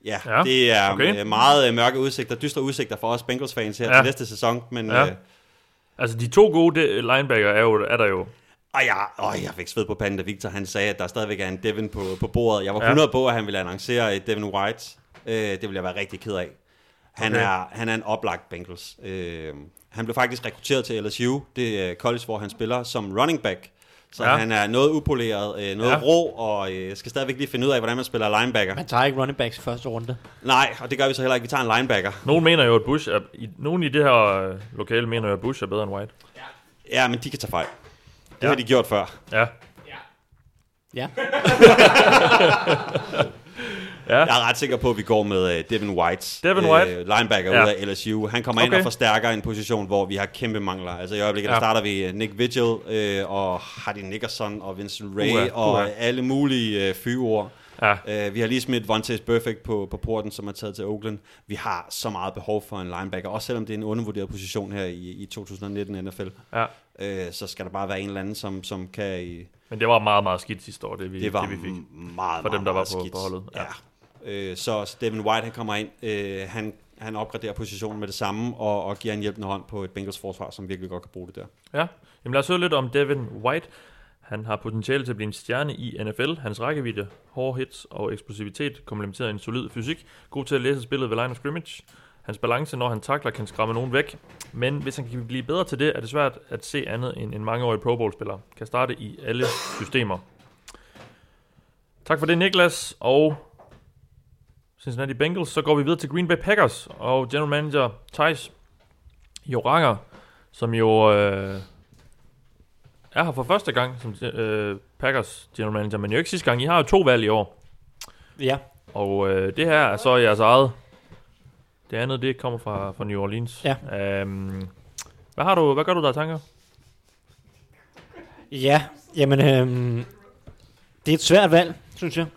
Det er meget mørke udsigter, dystre udsigter for os Bengals-fans her til næste sæson, men Altså, de 2 gode linebacker er der jo. Jeg fik sved på panden, da Victor han sagde, at der stadigvæk er en Devin på bordet. Jeg var 100 på, at han ville annoncere Devin White. Det ville jeg være rigtig ked af. Han er en oplagt Bengals. Han blev faktisk rekrutteret til LSU, det er college, hvor han spiller som running back. Så han er noget upoleret, noget rå, og skal stadigvæk lige finde ud af, hvordan man spiller linebacker. Man tager ikke running backs i første runde. Nej, og det gør vi så heller ikke. Vi tager en linebacker. Nogen mener jo, at Bush er... Nogen i det her lokale mener jo, at Bush er bedre end White. Ja, men de kan tage fejl. Det har de gjort før. Ja. Jeg er ret sikker på, at vi går med Devin White, linebacker ud af LSU. Han kommer ind og forstærker en position, hvor vi har kæmpe mangler. Altså i øjeblikket, der starter vi Nick Vigil og Hardy Nickerson og Vincent Ray og alle mulige fyord. Vi har lige smidt Vontaze Burfict på porten, som er taget til Oakland. Vi har så meget behov for en linebacker, også selvom det er en undervurderet position her i 2019 NFL. Så skal der bare være en eller anden, som kan... Men det var meget, meget skidt sidste år, det vi fik. Meget, for dem, der var på holdet. Så Devin White, han kommer ind, han opgraderer positionen med det samme, og giver en hjælpende hånd på et Bengals forsvar, som virkelig godt kan bruge det der. Ja, jamen lad os høre lidt om Devin White. Han har potentiale til at blive en stjerne i NFL. Hans rækkevidde, hårde hits og eksplosivitet komplementerer en solid fysik. God til at læse spillet ved line of scrimmage. Hans balance, når han takler, kan skræmme nogen væk. Men hvis han kan blive bedre til det, er det svært at se andet end en mangeårig Pro Bowl-spiller. Kan starte i alle systemer. Tak for det, Niklas. Og Cincinnati Bengals. Så går vi videre til Green Bay Packers og general manager Thijs Joranger, som jo er her for første gang som Packers general manager, men jo ikke sidste gang. I har jo 2 valg i år. Ja. Og det her er så jeres eget. Det andet, det kommer fra New Orleans. Ja. Hvad gør du der af tanker? Ja, jamen, det er et svært valg, synes jeg.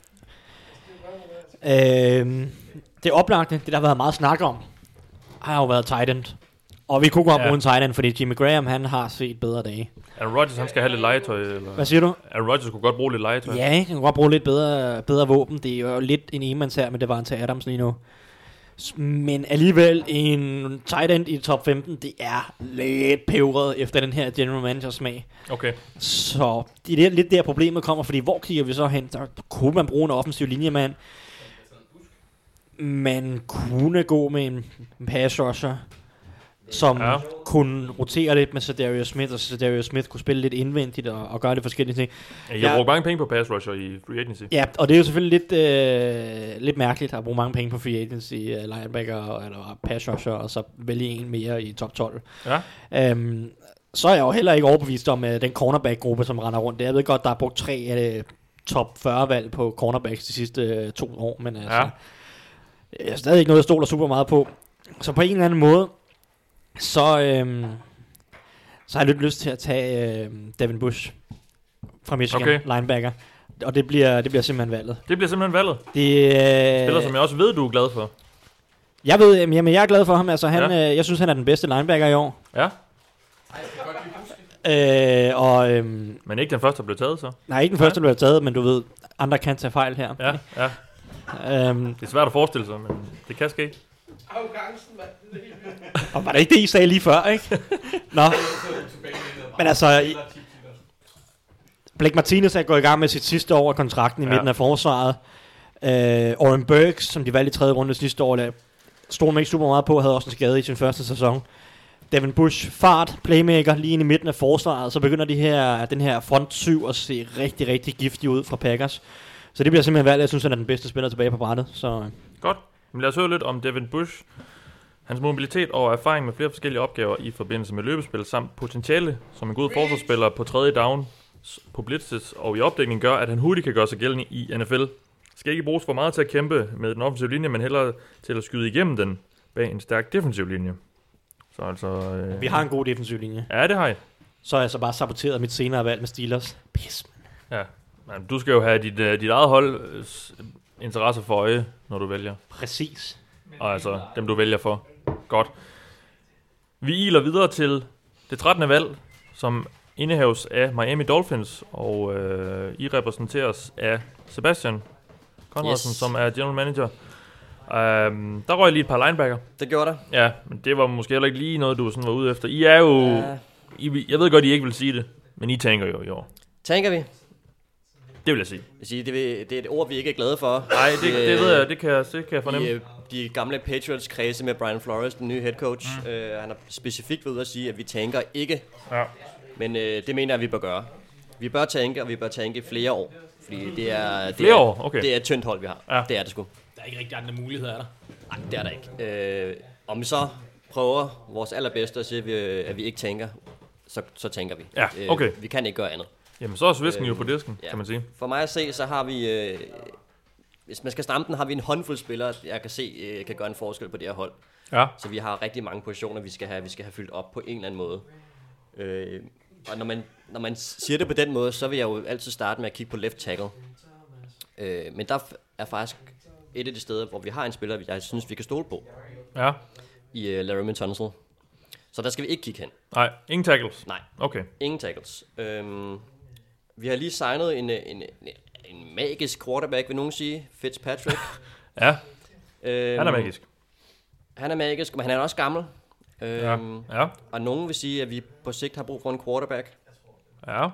Det oplagte, det der har været meget snak om, har jo været tight end. Og vi kunne godt bruge en tight end, fordi Jimmy Graham, han har set bedre dage. Aaron Rodgers, han skal have lidt legetøj, eller? Hvad siger du? Aaron Rodgers kunne godt bruge lidt legetøj. Ja, han kunne godt bruge lidt bedre våben. Det er jo lidt en enmandsherre med Davante Adams lige nu. Men alligevel en tight end i top 15, det er lidt peberet efter den her general manager smag. Okay. Så det er lidt der problemet kommer, fordi hvor kigger vi så hen? Der kunne man bruge en offensiv linjemand. Man kunne gå med en pass rusher, som kunne rotere lidt med Za'Darius Smith, og Za'Darius Smith kunne spille lidt indvendigt og gøre lidt forskellige ting. Jeg har brugt mange penge på pass rusher i free agency. Ja, og det er jo selvfølgelig lidt mærkeligt at bruge mange penge på free agency, linebacker eller pass rusher, og så vælge en mere i top 12. Ja. Så er jeg jo heller ikke overbevist om den cornerback-gruppe, som render rundt. Jeg ved godt, der er brugt 3 top 40-valg på cornerbacks de sidste 2 år, men altså, jeg er stadig ikke noget, jeg stoler super meget på. Så på en eller anden måde, så har jeg lidt lyst til at tage Devin Bush fra Michigan, linebacker. Og det bliver simpelthen valget. Det bliver simpelthen valget? Spiller, som jeg også ved, du er glad for. Jeg er glad for ham. Altså, jeg synes, han er den bedste linebacker i år. Ja. Men ikke den første, der blev taget, så? Nej, ikke den første, der blev taget, men du ved, andre kan tage fejl her. Ja. Det er svært at forestille sig, men det kan ske. Og var det ikke det, I sagde lige før, ikke? Nå. Men altså, Blake Martinez er gået i gang med sit sidste år af kontrakten i midten af forsvaret. Oren Burks, som de valgte i 3. runde sidste år, stod man ikke super meget på, havde også en skade i sin første sæson. Devin Bush, fart, playmaker, lige ind i midten af forsvaret. Så begynder den her front 7 at se rigtig, rigtig giftig ud fra Packers. Så det bliver simpelthen valgt. Jeg synes, han er den bedste spiller tilbage på brættet. Så. Godt. Men lad os høre lidt om Devin Bush. Hans mobilitet og erfaring med flere forskellige opgaver i forbindelse med løbespil, samt potentiale som en god forsvarsspiller på 3. down, på blitzes og i opdækning, gør, at han hurtigt kan gøre sig gældende i NFL. Skal ikke bruges for meget til at kæmpe med den offensive linje, men hellere til at skyde igennem den bag en stærk defensiv linje. Så altså, vi har en god defensiv linje. Ja, det har jeg. Så har jeg så bare saboteret mit senere valg med Steelers. Pis. Ja, men du skal jo have dit eget hold interesse for øje, når du vælger. Præcis. Og altså dem, du vælger for. Godt. Vi iler videre til det 13. valg, som indehaves af Miami Dolphins, og I repræsenteres af Sebastian Conradsen, som er general manager. Der røg lige et par linebacker. Det gjorde der. Ja, men det var måske heller ikke lige noget, du sådan var ude efter. I er jo Jeg ved godt, I ikke vil sige det, men I tænker jo i år. Tænker vi? Det vil jeg sige. Det er et ord, vi ikke er glade for. Nej, det ved jeg. Det kan jeg fornemme. De gamle Patriots-kredse med Brian Flores, den nye head coach, han har specifikt ved at sige, at vi tænker ikke. Ja. Men det mener jeg, vi bør gøre. Vi bør tænke, og vi bør tænke i flere år. Fordi det er et tyndt hold, vi har. Ja. Det er det sgu. Der er ikke rigtig andre muligheder, er der? Nej, det er der ikke. Om vi så prøver vores allerbedste at sige, at vi ikke tænker, så tænker vi. Ja, okay. Vi kan ikke gøre andet. Jamen, så er svisken jo på disken, kan man sige. For mig at se, så har vi... hvis man skal stamme den, har vi en håndfuld spillere, jeg kan se kan gøre en forskel på det her hold. Ja. Så vi har rigtig mange positioner, vi skal have fyldt op på en eller anden måde. Og når man siger det på den måde, så vil jeg jo altid starte med at kigge på left tackle. Men der er faktisk et af de steder, hvor vi har en spiller, jeg synes, vi kan stole på. Ja. I Laremy Tunsil. Så der skal vi ikke kigge hen. Nej, ingen tackles? Nej, okay. Ingen tackles. Vi har lige signet en magisk quarterback, vil nogen sige. Fitzpatrick. Ja, han er magisk. Han er magisk, men han er også gammel. Ja. Og nogen vil sige, at vi på sigt har brug for en quarterback. Ja.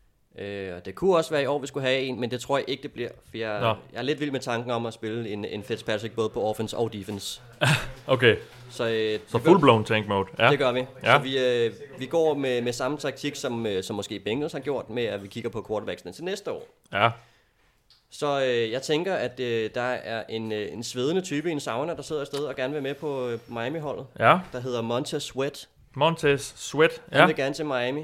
Det kunne også være i år, vi skulle have en, men det tror jeg ikke, det bliver. For jeg er lidt vild med tanken om at spille en Fitzpatrick både på offense og defense. Okay. Så full-blown tank mode. Ja. Det gør vi. Ja. Så vi går med samme taktik, som måske Bengals har gjort, med at vi kigger på quarterbacksene til næste år. Ja. Så jeg tænker, at der er en svedende type i en sauna, der sidder afsted og gerne vil med på Miami-holdet. Ja. Der hedder Montez Sweat. Montez Sweat, ja. Han vil gerne til Miami.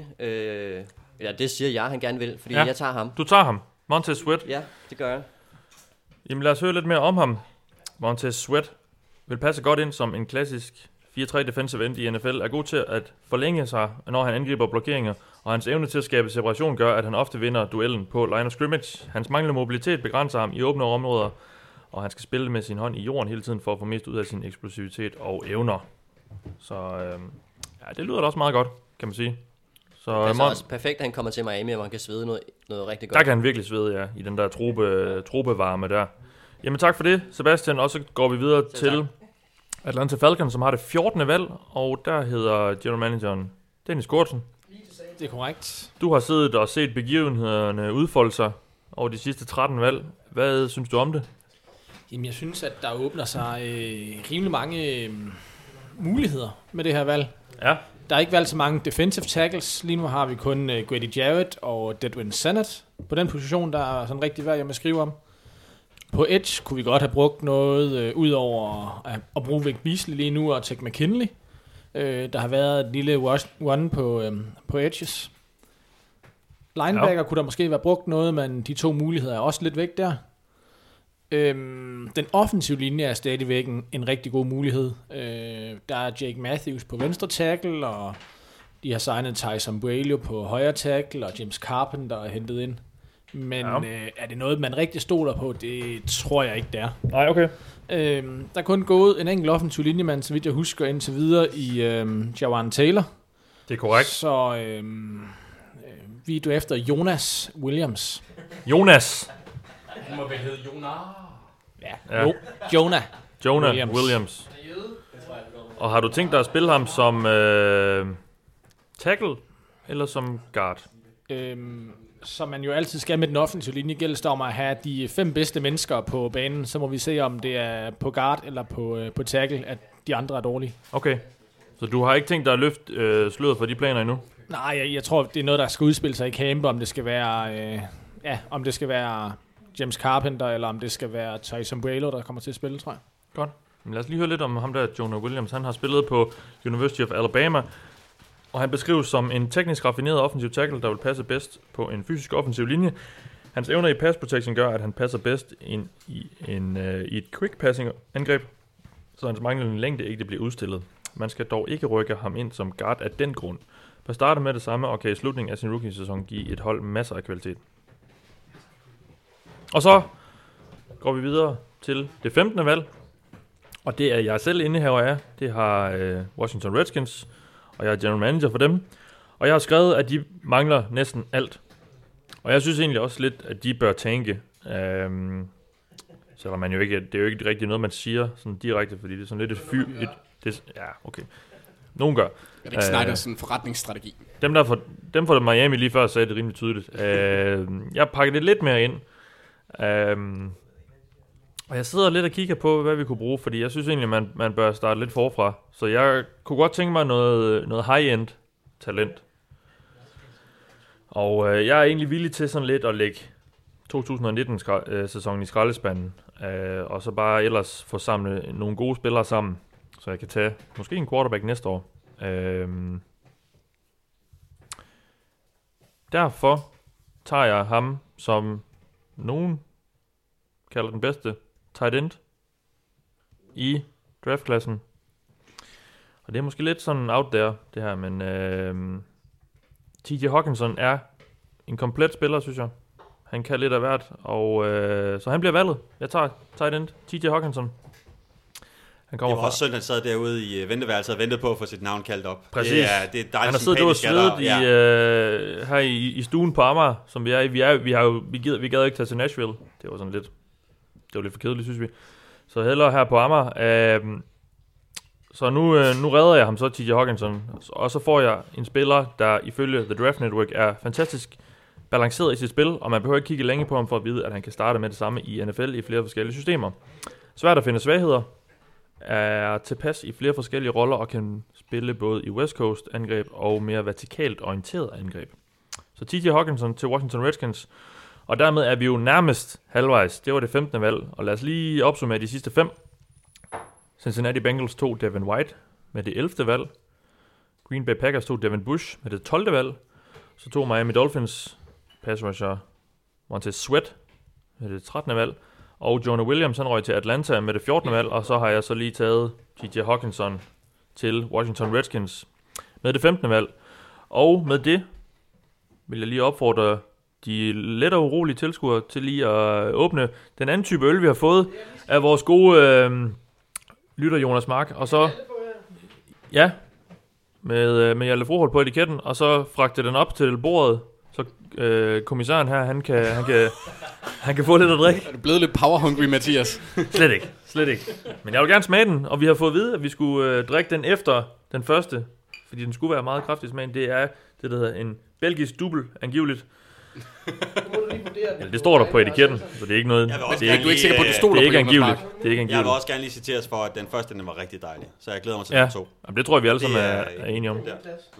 Ja, det siger jeg, han gerne vil, fordi jeg tager ham. Du tager ham? Montez Sweat? Ja, det gør jeg. Jamen lad os høre lidt mere om ham. Montez Sweat vil passe godt ind som en klassisk 4-3 defensive end i NFL, er god til at forlænge sig, når han angriber blokeringer, og hans evne til at skabe separation gør, at han ofte vinder duellen på line of scrimmage. Hans manglende mobilitet begrænser ham i åbne områder, og han skal spille med sin hånd i jorden hele tiden for at få mest ud af sin eksplosivitet og evner. Så det lyder da også meget godt, kan man sige. Så det er også perfekt, at han kommer til Miami, og man kan svede noget rigtig godt. Der kan han virkelig svede, ja, i den der tropevarme der. Jamen tak for det, Sebastian, og så går vi videre til Atlanta Falcons, som har det 14. valg, og der hedder general manageren Dennis Gortsen. Det er korrekt. Du har siddet og set begivenhederne udfolde sig over de sidste 13 valg. Hvad synes du om det? Jamen, jeg synes, at der åbner sig rimelig mange muligheder med det her valg. Ja. Der er ikke valgt så mange defensive tackles. Lige nu har vi kun Grady Jarrett og Dedwin Sennett på den position, der er sådan rigtig værd, jeg må skrive om. På edge kunne vi godt have brugt noget, ud over at bruge Vic Beasley lige nu og Tech McKinley. Der har været et lille one på edges. Linebacker kunne der måske være brugt noget, men de to muligheder er også lidt væk der. Den offensive linje er stadigvæk en rigtig god mulighed. Der er Jake Matthews på venstre tackle, og de har signet Tyson Brailio på højre tackle, og James Carpenter er hentet ind. Men er det noget, man rigtig stoler på? Det tror jeg ikke, det er. Nej, okay. Der er kun gået en enkelt offensiv linjemand, så vidt jeg husker, indtil videre i Jawan Taylor. Det er korrekt. Så vi er efter Jonas Williams. Jonas? Han må vel hedde Jonas. Ja. Jonah Williams. Og har du tænkt dig at spille ham som tackle eller som guard? Som man jo altid skal med den offensive linje, gælder det om at have de 5 bedste mennesker på banen. Så må vi se, om det er på guard eller på tackle, at de andre er dårlige. Okay. Så du har ikke tænkt dig at løfte sløret for de planer endnu? Nej, jeg tror, det er noget, der skal udspille sig i camp, om det skal være James Carpenter, eller om det skal være Tyson Brailio, der kommer til at spille, tror jeg. Godt. Men lad os lige høre lidt om ham der, Jonah Williams. Han har spillet på University of Alabama, og han beskrives som en teknisk raffineret offensiv tackle, der vil passe bedst på en fysisk offensiv linje. Hans evner i pass protection gør, at han passer bedst ind i et quick passing angreb, så hans manglende længde ikke bliver udstillet. Man skal dog ikke rykke ham ind som guard af den grund. Bør starte med det samme, og kan i slutningen af sin rookie-sæson give et hold masser af kvalitet. Og så går vi videre til det 15. valg, og det er jeg selv indehaver af. Det har Washington Redskins, og jeg er general manager for dem. Og jeg har skrevet, at de mangler næsten alt. Og jeg synes egentlig også lidt, at de bør tænke, selvom man jo ikke, det er jo ikke rigtig noget, man siger sådan direkte, fordi det er sådan lidt ja, okay. Nogen gør. Er det ikke Snyders sådan forretningsstrategi? dem fra Miami lige før sagde det rimelig tydeligt. Jeg pakker det lidt mere ind. Og jeg sidder lidt og kigger på, hvad vi kunne bruge, fordi jeg synes egentlig, man bør starte lidt forfra. Så jeg kunne godt tænke mig noget high-end talent. Og jeg er egentlig villig til sådan lidt at lægge 2019-sæsonen i skraldespanden. Og så bare ellers få samlet nogle gode spillere sammen, så jeg kan tage måske en quarterback næste år. Derfor tager jeg ham, som nogen kalder den bedste tight end i draftklassen. Og det er måske lidt sådan out there, det her, men TJ Hockenson er en komplet spiller, synes jeg. Han kan lidt af hvert, og så han bliver valget. Jeg tager tight end TJ Hockenson. Det var også synd, han sad derude i venteværelset og ventede på at få sit navn kaldt op. Præcis. Det er dejligt. Han har siddet og svedet her i stuen på Amager, som vi er i. Vi gad ikke tage til Nashville. Det var sådan lidt, for kedeligt, synes vi. Så hellere her på Amager. Så nu redder jeg ham så, TJ Hockenson. Og så får jeg en spiller, der ifølge The Draft Network er fantastisk balanceret i sit spil, og man behøver ikke kigge længe på ham for at vide, at han kan starte med det samme i NFL i flere forskellige systemer. Svært at finde svagheder. Er tilpas i flere forskellige roller og kan spille både i West Coast angreb og mere vertikalt orienteret angreb. Så TJ Hockenson til Washington Redskins, og dermed er vi jo nærmest halvvejs. Det var det 15. valg, og lad os lige opsummere de sidste 5. Cincinnati Bengals tog Devin White med det 11. valg. Green Bay Packers tog Devin Bush med det 12. valg. Så tog Miami Dolphins pass rusher Montez Sweat med det 13. valg. Og Jonah Williams, han røg til Atlanta med det 14. valg, og så har jeg så lige taget TJ Hockenson til Washington Redskins med det 15. valg. Og med det vil jeg lige opfordre de let og urolige tilskuere til lige at åbne den anden type øl, vi har fået af vores gode lytter Jonas Mark. Og så, ja, med Hjalte Froholt på etiketten, og så fragte den op til bordet, så kommissæren her, han kan få lidt at drikke. Er du blevet lidt power-hungry, Mathias? Slet ikke. Men jeg vil gerne smage den, og vi har fået at vide, at vi skulle drikke den efter den første, fordi den skulle være meget kraftig smagen. Det er det, der hedder en belgisk dubbel, angiveligt. Ja, det står der på etiketten, så det er ikke noget. Du er ikke sikker på, at det stod der på ikke angiveligt. Jeg vil også gerne lige citeres for, at den første den var rigtig dejlig, så jeg glæder mig til den 2. Jamen, det tror jeg, vi alle sammen er enige om.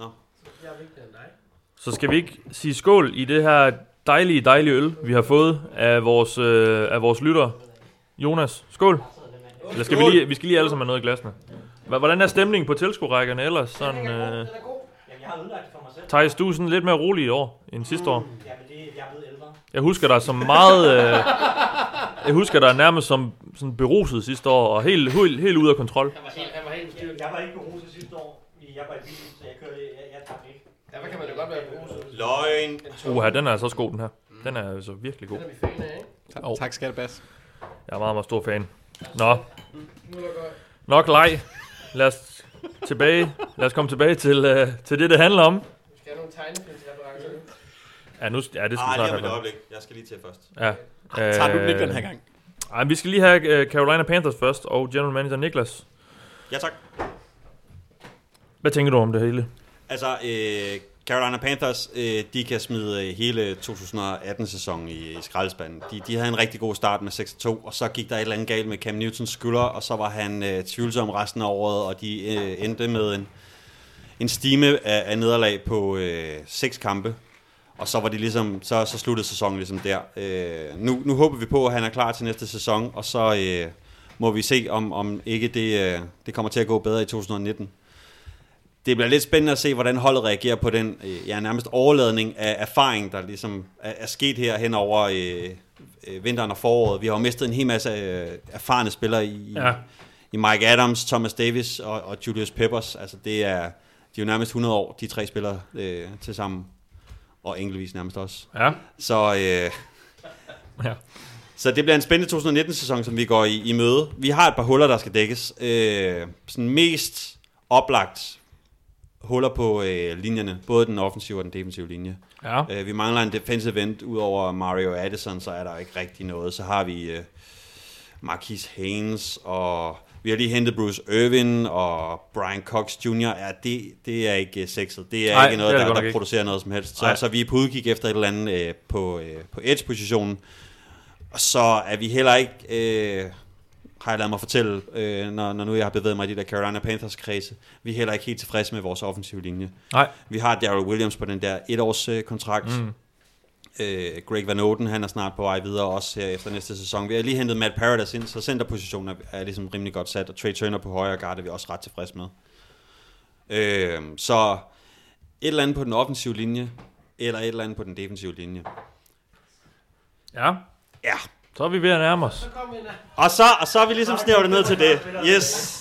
Så skal vi ikke sige skål i det her dejlige øl, vi har fået af vores lytter. Jonas, skål. Eller skal vi skal lige alle sammen have noget i glasene. Hvordan er stemningen på tilskuerrækkerne ellers? Sådan, Jamen, jeg har ødelagt det for mig selv. Thijs, du er sådan lidt mere rolig i år end sidste år. Jamen, jeg er blevet ældre. Jeg husker dig som meget... jeg husker dig nærmest som sådan beruset sidste år, og helt ude af kontrol. Jeg var ikke beruset sidste år. Jeg var i bilen, så jeg kørte... Jeg tabte ikke. Derfor kan man jo godt være beruset. Løgn. Den er altså også god, den her. Den er altså virkelig god. Den er vi fan af, ikke? Tak skal du, Bas. Jeg er meget, meget stor fan. Nå. Nok leg. Lad os komme tilbage til det handler om. Vi skal have nogle tegnefilmsreferencer. Ja, det skal vi snart have. Lige om et øjeblik. Jeg skal lige til først. Ja. Tager du den ikke den her gang? Ej, vi skal lige have Carolina Panthers først, og general manager Niklas. Ja, tak. Hvad tænker du om det hele? Altså, Carolina Panthers, de kan smide hele 2018-sæsonen i skraldespanden. De havde en rigtig god start med 6-2, og så gik der et eller andet galt med Cam Newtons skulder, og så var han tvivlsom resten af året, og de endte med en stime af nederlag på 6 kampe. Og så var de ligesom, så sluttede sæsonen ligesom der. Nu håber vi på, at han er klar til næste sæson, og så må vi se, om ikke det kommer til at gå bedre i 2019. Det bliver lidt spændende at se, hvordan holdet reagerer på den nærmest overladning af erfaring, der ligesom er sket her hen over vinteren og foråret. Vi har jo mistet en hel masse erfarne spillere i Mike Adams, Thomas Davis og Julius Peppers. Altså de er jo nærmest 100 år, de 3 spillere til sammen. Og enkeltvis nærmest også. Ja. Så det bliver en spændende 2019-sæson, som vi går i møde. Vi har et par huller, der skal dækkes. Sådan mest oplagt huller på linjerne, både den offensive og den defensive linje. Ja. Vi mangler en defensive end, ud over Mario Addison, så er der ikke rigtig noget. Så har vi Marquise Haynes og Vi har lige hentet Bruce Irvin og Brian Cox Jr. Ja, det er ikke sexet. Det er ikke noget, der producerer noget som helst. Så vi er på udkig efter et eller andet på edge-positionen. Og så er vi heller ikke... har jeg ladet mig fortælle, når nu jeg har bevæget mig i de der Carolina Panthers-kredse, vi er heller ikke helt tilfredse med vores offensive linje. Nej. Vi har Darrell Williams på den der 1-års kontrakt. Greg Van Oden, han er snart på vej videre også her efter næste sæson. Vi har lige hentet Matt Paradis ind, så centerpositionen er ligesom rimelig godt sat, og Trey Turner på højre guard er vi også ret tilfredse med. Så et eller andet på den offensive linje, eller et eller andet på den defensive linje. Ja. Så er vi ved at nærme os. Og så er vi ligesom snævret det ned til det. Yes.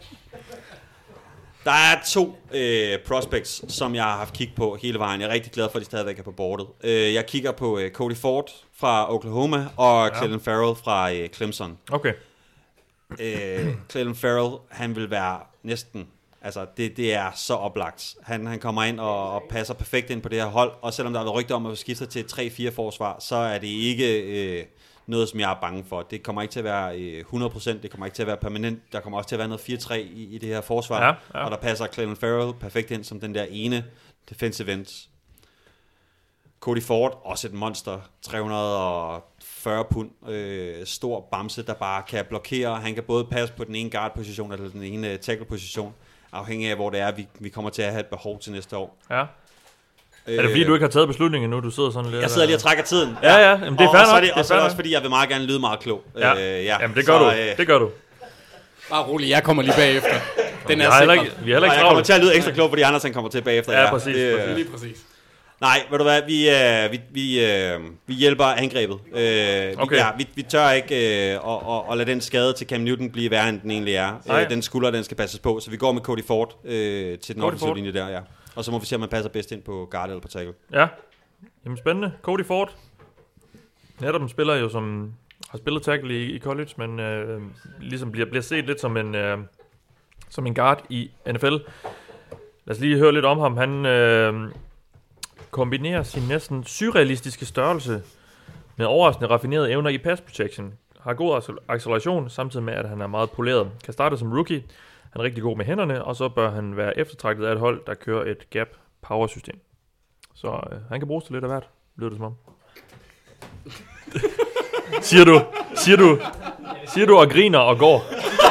Der er 2 prospects, som jeg har haft kig på hele vejen. Jeg er rigtig glad for, at de stadigvæk er på boardet. Jeg kigger på Cody Ford fra Oklahoma og Clelin Ferrell fra Clemson. Okay. Clelin Ferrell, han vil være næsten... Altså, det er så oplagt. Han kommer ind og passer perfekt ind på det her hold. Og selvom der har været rygter om at skifte til et 3-4 forsvar, så er det ikke... noget, som jeg er bange for. Det kommer ikke til at være 100%, det kommer ikke til at være permanent. Der kommer også til at være noget 4-3 i det her forsvar. Og der passer Clelin Ferrell perfekt ind som den der ene defensive end. Cody Ford, også et monster. 340 pund. Stor bamse, der bare kan blokere. Han kan både passe på den ene guard-position eller den ene tackle-position, afhængig af, hvor det er, vi kommer til at have et behov til næste år. Ja. Er det fordi, du ikke har taget beslutningen nu? Du sidder sådan lidt... Jeg sidder lige og trækker tiden. Ja. Jamen, det er fair nok. Og så er det også fordi, jeg vil meget gerne lyde meget klog. Jamen, det gør du. Det gør du. Bare rolig, jeg kommer lige bagefter. Den er sikkert. Vi er heller ikke jeg kommer til at lyde ekstra klog, fordi Andersen kommer til bagefter. Ja, præcis. Lige præcis. Nej, ved du hvad, vi hjælper angrebet. Vi tør ikke at lade den skade til Cam Newton blive værre, end den egentlig er. Den skulder, den skal passes på, så vi går med Cody Ford til den offensive linje der, Og så må vi se, om man passer bedst ind på guard eller på tackle. Ja, jamen spændende. Cody Ford. Netop spiller jo som har spillet tackle i college, men ligesom bliver set lidt som en guard i NFL. Lad os lige høre lidt om ham. Han kombinerer sin næsten surrealistiske størrelse med overraskende raffinerede evner i pass protection. Har god acceleration, samtidig med, at han er meget poleret. Kan starte som rookie. Han er rigtig god med hænderne, og så bør han være eftertragtet af et hold, der kører et gap power system. Så han kan bruges til lidt af hvert, lyder det som om. siger du og griner og går.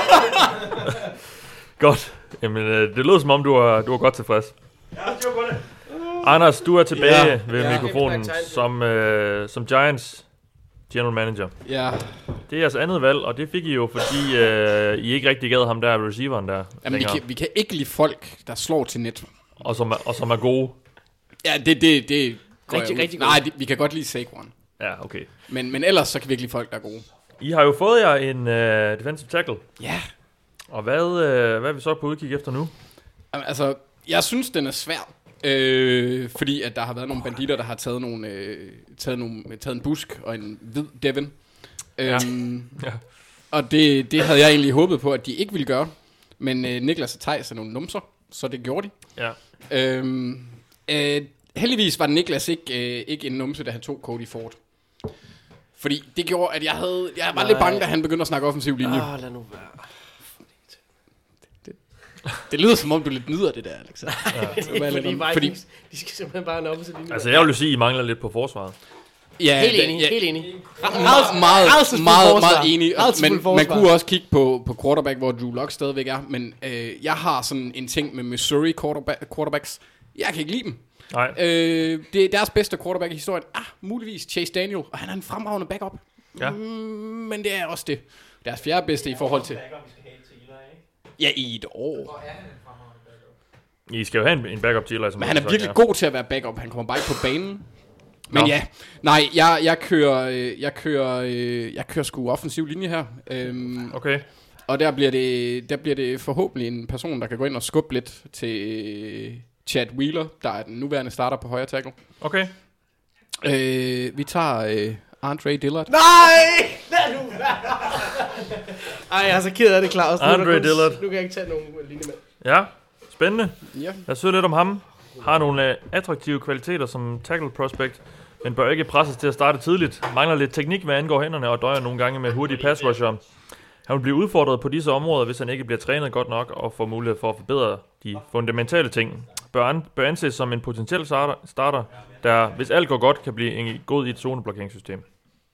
Godt. Jamen, det lyder som om, du er godt tilfreds. Ja, styr på det. Anders, du er tilbage ved mikrofonen som Giants general manager. Ja. Det er jeres andet valg, og det fik I jo, fordi I ikke rigtig gad ham der, receiveren der. Jamen, vi kan ikke lide folk, der slår til net. Og som er gode. Ja, det rigtig gode. Nej, vi kan godt lide Saquon. Ja, okay. Men ellers så kan vi ikke lide folk, der er gode. I har jo fået jer en defensive tackle. Ja. Og hvad er vi så på udkig efter nu? Jamen, altså, jeg synes, den er svær. Fordi at der har været nogle banditter, der har taget en busk og en hvid Devin. Og det havde jeg egentlig håbet på, at de ikke ville gøre. Men Niklas og Theis er nogle numser, så det gjorde de. Ja. Heldigvis var Niklas ikke en numse, da han tog Cody Ford. Fordi det gjorde, at jeg var lidt bange, da han begyndte at snakke offensiv linje. Lad nu være. Det lyder som om, du lidt nyder det der, Alex. Fordi de skal simpelthen bare en offensiv linje. Altså, jeg vil jo sige, at I mangler lidt på forsvaret. Ja, helt enig. Meget enig. Men man kunne også kigge på quarterback, hvor Drew Lock stadigvæk er. Men jeg har sådan en ting med Missouri quarterbacks. Jeg kan ikke lide dem. Nej. Det er deres bedste quarterback i historien. Muligvis Chase Daniel, og han er en fremragende backup. Ja. Men det er også det. Deres fjerde bedste i forhold til... Ja, i et år. I skal jo have en backup til Eli. Men han er virkelig god til at være backup. Han kommer bare ikke på banen. Men ja, nej, jeg kører sgu offensiv linje her. Okay. Og der bliver det forhåbentlig en person, der kan gå ind og skubbe lidt til Chad Wheeler, der er den nuværende starter på højre tackle. Okay. Vi tager Andre Dillard. Nej! Lad nu være! Ej, jeg er så ked af det, Claus. Andre Dillard. Nu kan jeg ikke tage nogen linje med. Ja, spændende. Ja. Lad os høre lidt om ham. Har nogle attraktive kvaliteter som tackle prospect, men bør ikke presses til at starte tidligt. Mangler lidt teknik, hvad angår hænderne, og døjer nogle gange med hurtige pass rusher. Han vil blive udfordret på disse områder, hvis han ikke bliver trænet godt nok og får mulighed for at forbedre de fundamentale ting. Bør anses som en potentiel starter, der, hvis alt går godt, kan blive en god i et zoneblokeringssystem.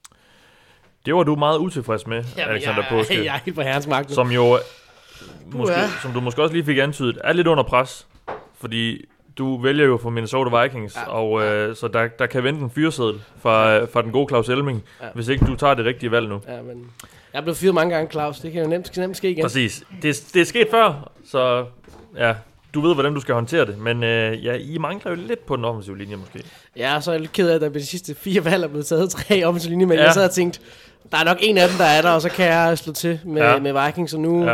Det var du meget utilfreds med, Alexander Påske. Jeg er helt på herrens magt. Som jo, som du måske også lige fik antydet, er lidt under pres. Fordi du vælger jo for Minnesota Vikings, og så der kan vente en fyreseddel fra den gode Claus Elming, hvis ikke du tager det rigtige valg nu. Ja, men jeg er blevet fyret mange gange, Claus. Det kan jo nemt ske igen. Præcis. Det er sket før, så ja, du ved, hvordan du skal håndtere det. Men I mangler jo lidt på den offensive linje måske. Ja, så er jeg lidt ked af, at der ved de sidste 4 valg er blevet taget 3 offensive linje, men jeg sad og tænkt, der er nok en af dem, der er der, og så kan jeg slå til med Vikings, og nu... Ja.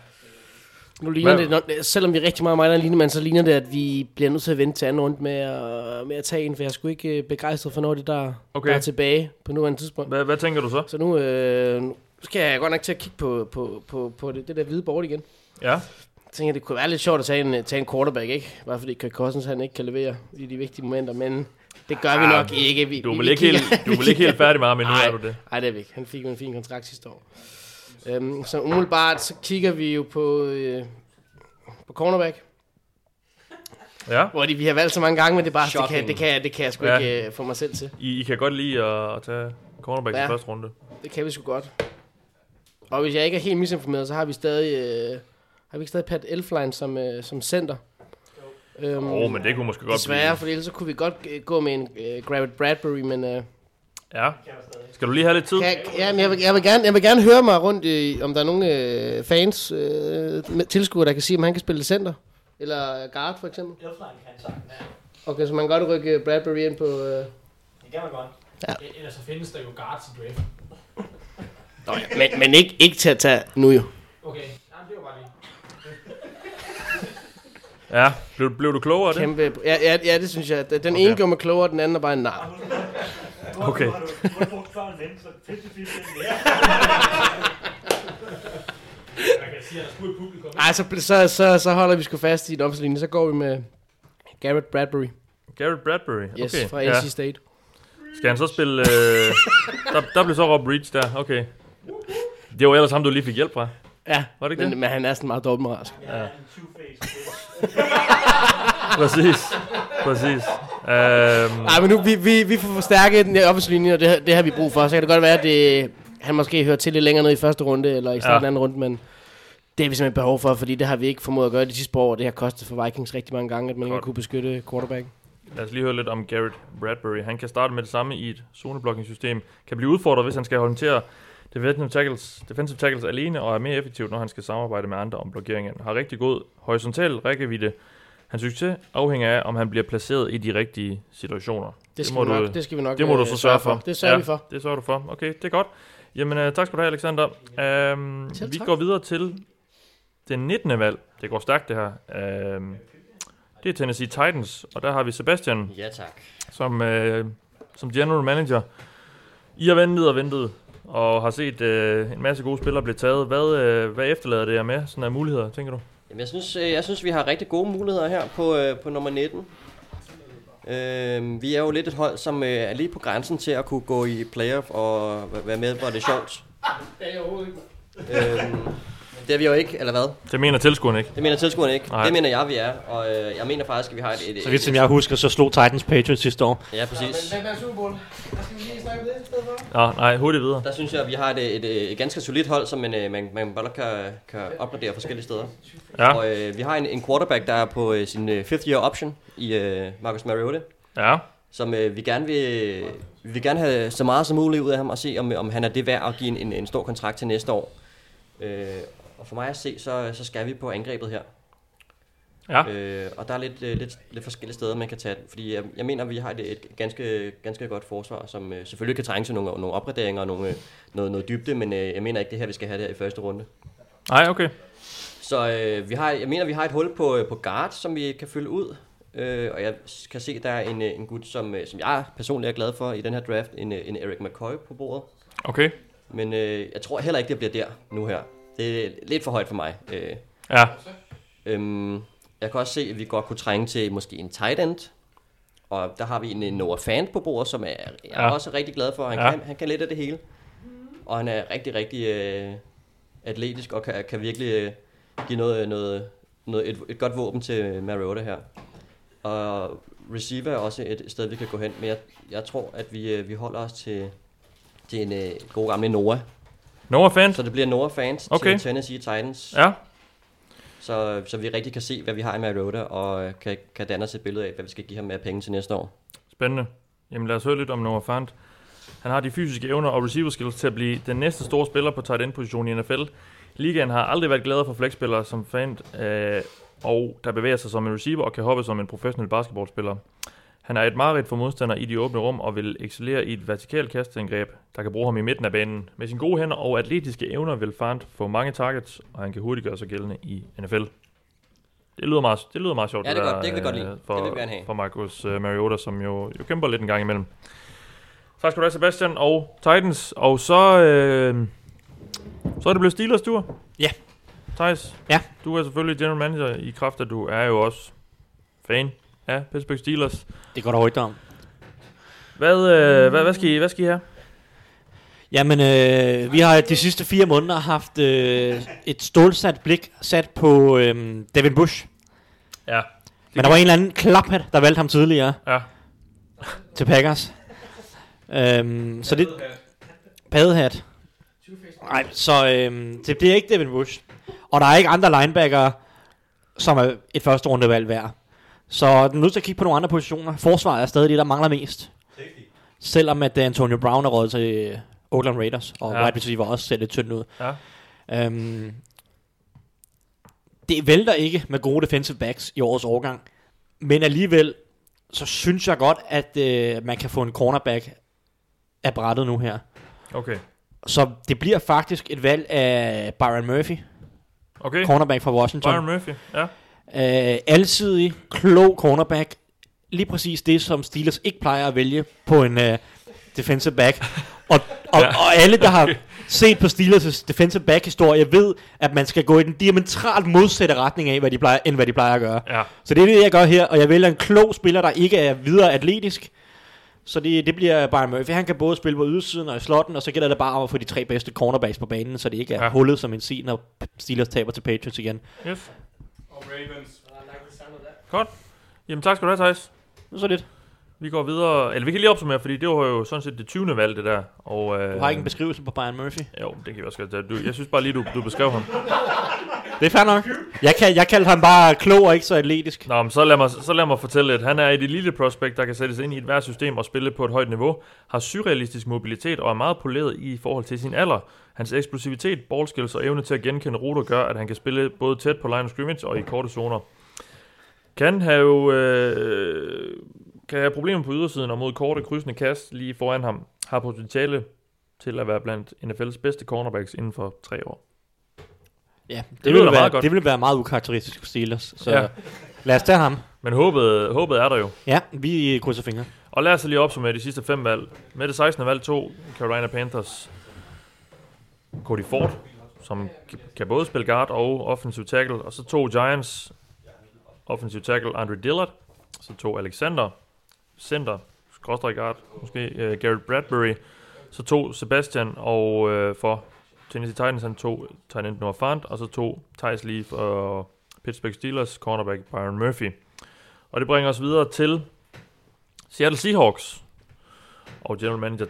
Nu ligner det, selvom vi er rigtig meget mangler en linje, men så ligner det, at vi bliver nødt til at vente til anden runde med at tage en, for jeg er sgu ikke begejstret for noget af det, der er tilbage på nuværende tidspunkt. Hvad tænker du så? Så nu skal jeg godt nok til at kigge på det der hvide board igen. Ja. Jeg tænker, det kunne være lidt sjovt at tage en quarterback, ikke? Bare fordi Kirk Cousins han ikke kan levere i de vigtige momenter, men det gør vi nok ikke. Du er vel ikke helt færdig med ham endnu, er du det? Nej, det er vi ikke. Han fik en fin kontrakt sidste år. Så umiddelbart så kigger vi jo på cornerback. Ja. Hvor vi har valgt så mange gange, men det er bare det kan jeg sgu ikke få mig selv til. I kan godt lide at tage cornerback i første runde. Det kan vi sgu godt. Og hvis jeg ikke er helt misinformeret, så har vi stadig Pat Elflein som center. Men det kunne måske godt desværre, for ellers så kunne vi godt gå med en Garrett Bradbury, men ja. Skal du lige have lidt tid? Jeg vil gerne høre mig rundt om der er nogle fans, tilskuere, der kan sige, om han kan spille center. Eller guard, for eksempel. Okay, så man kan godt rykke Bradbury ind på... Det kan man godt. Ja. Ellers så findes der jo guards i draft. Nå ja, men ikke til at tage nu jo. Okay, det var bare lige. Ja, blev du klogere af det? Kæmpe, ja, det synes jeg. Den ene gjorde mig klogere, den anden er bare en nar. Okay. Så holder vi sgu fast i en opstilling. Så går vi med Garrett Bradbury. Garrett Bradbury? Okay. Yes, fra NC State. Skal han så spille... der blev så Rob Reach der, okay. Det var ellers ham, du lige fik hjælp fra. Ja, var det ikke det? Men han er sådan meget dobbeltrask. Ja. Præcis. Nej, men nu vi får forstærket den opstilling, og det har vi brug for. Så kan det godt være, at han måske hører til lidt længere ned i første runde, eller i starten af anden runde, men det har vi simpelthen behov for, fordi det har vi ikke formået at gøre de sidste par år. Det har kostet for Vikings rigtig mange gange, at man ikke kunne beskytte quarterback. Lad os lige høre lidt om Garrett Bradbury. Han kan starte med det samme i et zoneblocking-system. Kan blive udfordret, hvis han skal håndtere defensive tackles alene, og er mere effektivt, når han skal samarbejde med andre om blokeringen. Har rigtig god horisontal rækkevidde. Hans succes afhænger af, om han bliver placeret i de rigtige situationer. Det skal vi nok det må du så sørge for. Det sørger vi for. Det sørger du for. Okay, det er godt. Jamen, tak skal du have, Alexander. Vi går videre til den 19. valg. Det går stærkt, det her. Det er Tennessee Titans, og der har vi Sebastian. Ja, tak. Som general manager. I har ventet, og har set en masse gode spillere blive taget. Hvad efterlader det jer med sådan af muligheder, tænker du? Jamen, jeg synes, vi har rigtig gode muligheder her på nummer 19. Vi er jo lidt et hold, som er lige på grænsen til at kunne gå i playoff og være med, hvor det er sjovt. Det er jeg overhovedet ikke. Det er vi jo ikke, eller hvad? Det mener tilskuerne ikke. Det mener tilskuerne ikke. Nej. Det mener jeg, vi er. Og jeg mener faktisk, at vi har et så vidt som jeg husker, så slog Titans Patriots sidste år. Ja, præcis. Men hvad er Super Bowl? Skal vi lige snakke om det i stedet for? Nej, hurtigt videre. Der synes jeg, at vi har et ganske solidt hold, som man bare kan opgradere forskellige steder. Ja. Og vi har en quarterback, der er på sin 5th year option i Marcus Mariota. Ja. Som vi gerne vil gerne have så meget som muligt ud af ham, og se, om han er det værd at give en stor kontrakt til næste år. Og for mig at se, så skal vi på angrebet her. Ja. Og der er lidt forskellige steder, man kan tage den. Fordi jeg mener, at vi har et ganske godt forsvar, som selvfølgelig kan trænge til nogle opgraderinger og noget dybde, men jeg mener ikke, det her, vi skal have der i første runde. Nej, okay. Så jeg mener, vi har et hul på guard, som vi kan fylde ud. Og jeg kan se, at der er en gut, som jeg personligt er glad for i den her draft, en Eric McCoy på bordet. Okay. Men jeg tror heller ikke, det bliver der nu her. Det er lidt for højt for mig. Ja. Jeg kan også se, at vi godt kunne trænge til måske en tight end. Og der har vi en Noah Fant på bordet, som jeg er også rigtig glad for. Han kan lidt af det hele. Og han er rigtig, rigtig atletisk og kan virkelig give et godt våben til Mariota her. Og receiver er også et sted, vi kan gå hen, men jeg tror, at vi holder os til en god gamle Noah. Noah fans? Så det bliver Noah fans til Tennessee Titans. Ja. Så vi rigtig kan se, hvad vi har i Mariota, og kan danne os et billede af, hvad vi skal give ham mere penge til næste år. Spændende. Jamen lad os høre lidt om Noah Fant. Han har de fysiske evner og receiver skills til at blive den næste store spiller på tight end position i NFL. Ligaen har aldrig været gladere for flexspillere som Fant, og der bevæger sig som en receiver og kan hoppe som en professionel basketballspiller. Han er et mareridt for modstander i de åbne rum og vil excellere i et vertikalt kastangreb, der kan bruge ham i midten af banen. Med sine gode hænder og atletiske evner vil Fant få mange targets, og han kan hurtigt gøre sig gældende i NFL. Det lyder meget sjovt. Ja, det er godt. Det kan vi godt lide. Det vil vi gerne have. For Marcus Mariota, som jo kæmper lidt en gang imellem. Tak skal du have, Sebastian og Titans. Og så er det blevet Steelers tur. Ja. Thijs, du er selvfølgelig general manager i kraft, at du er jo også fan af Pittsburgh Steelers. Det går der højt om. Hvad skal I have? Jamen, vi har de sidste 4 måneder haft et stålsat blik sat på Devin Bush. Ja. Men der var en eller anden klaphat, der valgte ham tidligere. Ja. Til Packers. Så det... Paddehat. Nej, så det bliver ikke Devin Bush. Og der er ikke andre linebackere, som er et første rundevalg værd. Så den er nødt til at kigge på nogle andre positioner. Forsvaret er stadig det, der mangler mest. Selvom at Antonio Brown er råd til Oakland Raiders, og wide receiver også ser lidt tyndt ud. Ja. Det vælter ikke med gode defensive backs i årets årgang. Men alligevel, så synes jeg godt, at man kan få en cornerback af brættet nu her. Okay. Så det bliver faktisk et valg af Byron Murphy. Okay. Cornerback fra Washington. Byron Murphy, ja. Alsidig, klog cornerback. Lige præcis det, som Steelers ikke plejer at vælge på en defensive back. Og alle, der har set på Steelers' defensive back-historie, ved, at man skal gå i den diametralt modsatte retning af, hvad de plejer at gøre. Ja. Så det er det, jeg gør her, og jeg vælger en klog spiller, der ikke er videre atletisk. Så det bliver Byron Murphy. Han kan både spille på ydersiden og i slotten, og så gælder det bare om at få de 3 bedste cornerbacks på banen, så det ikke er hullet som en sin, når Steelers taber til Patriots igen. Yes. Og Ravens. Godt. Jamen tak skal du have, Thijs. Nu så lidt. Vi går videre, eller vi kan lige opsummere, fordi det var jo sådan set det 20. valg, det der. Og, du har ikke en beskrivelse på Byron Murphy? Jo, det kan vi også godt. Jeg synes bare lige, du beskrev ham. Det er fair nok. Jeg kaldte ham bare klog og ikke så atletisk. Nå, men så lad mig fortælle, at han er et elite prospect, der kan sættes ind i et hvert system og spille på et højt niveau, har surrealistisk mobilitet og er meget poleret i forhold til sin alder. Hans eksplosivitet, ballskills og evne til at genkende ruter gør, at han kan spille både tæt på line of scrimmage og i korte zoner. Kan have problemer på ydersiden og mod korte krydsende kast lige foran ham, har potentiale til at være blandt NFL's bedste cornerbacks inden for 3 år. Ja, det vil være meget ukarakteristisk for Steelers, så lad os tage ham. Men håbet er der jo. Ja, vi krydser fingre. Og lad os lige opsummere de sidste 5 valg. Med det 16. valg tog Carolina Panthers Cody Ford, som kan både spille guard og offensive tackle, og så tog Giants offensive tackle Andre Dillard, så tog Alexander center, skråstreg guard, måske Garrett Bradbury, så tog Sebastian, og for Tennessee Titans han tog tight end Noah Fant, og så tog Thijs lige for Pittsburgh Steelers cornerback Byron Murphy. Og det bringer os videre til Seattle Seahawks og general manager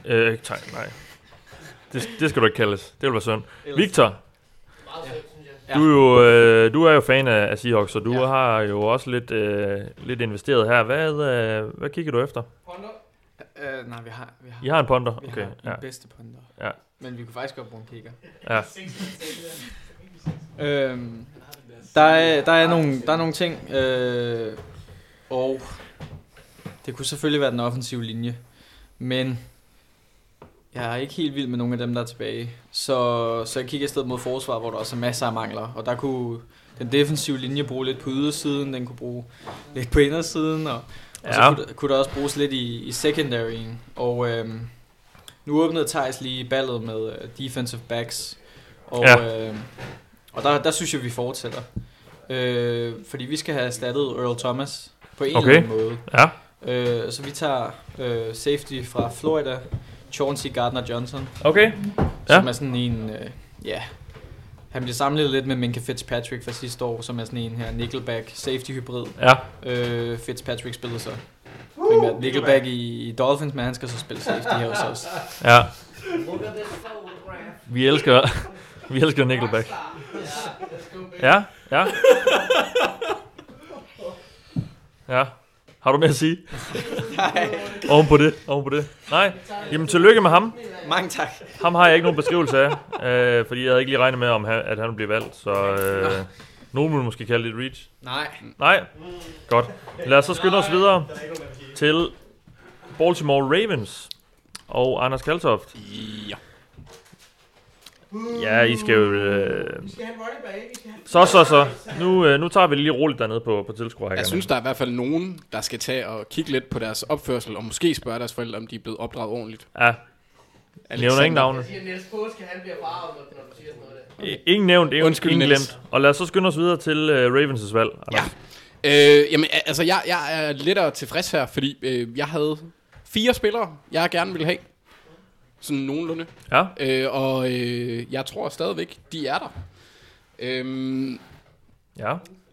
det skal du ikke kaldes. Det vil være synd. Victor, du er jo fan af Seahawks, så du har jo også lidt investeret her. Hvad kigger du efter? Ponder? Nej, vi har. I har en ponder? Vi okay. har den bedste ponder. Ja. Men vi kunne faktisk godt bruge en kigger. Ja. Der er nogle ting, og det kunne selvfølgelig være den offensive linje, men jeg er ikke helt vild med nogle af dem, der er tilbage. Så jeg kigger i stedet mod forsvar, hvor der også er masser af mangler. Og der kunne den defensive linje bruge lidt på ydersiden, den kunne bruge lidt på indersiden, og så kunne der også bruges lidt i secondaryen. Og nu åbnede Thijs lige ballet med defensive backs, og der synes jeg, vi fortsætter. Fordi vi skal have erstattet Earl Thomas på en eller anden måde. Ja. Så vi tager safety fra Florida, Chauncey Gardner-Johnson. Okay. Som er sådan en, Han bliver samlet lidt med Minka Fitzpatrick fra sidste år, som er sådan en her nickelback safety hybrid. Ja. Fitzpatrick spiller så nickelback i Dolphins, men han skal så spille safety her hos os. Ja. Vi elsker nickelback. Ja. Ja. Har du mere at sige? Nej. Oven på det. Nej. Jamen, tillykke med ham. Mange tak. Ham har jeg ikke nogen beskrivelse af, fordi jeg havde ikke lige regnet med, at han bliver valgt. Så nogen vil måske kalde det et reach. Nej. Godt. Lad os så skynde os videre til Baltimore Ravens og Anders Kaltoft. Ja. Ja, I skal jo... Så. Nu tager vi det lige roligt dernede på tilskuerrækkerne. Jeg synes, der er i hvert fald nogen, der skal tage og kigge lidt på deres opførsel, og måske spørge deres forældre, om de er blevet opdraget ordentligt. Ja. Nævner ingen navne. Ingen nævnt, ingen glemt. Og lad os så skynde os videre til Ravens' valg. Ja. Jamen, altså, jeg er lettere tilfreds her, fordi jeg havde 4 spillere, jeg gerne ville have. Sådan nogenlunde. Ja. Og jeg tror stadigvæk, de er der. Ja.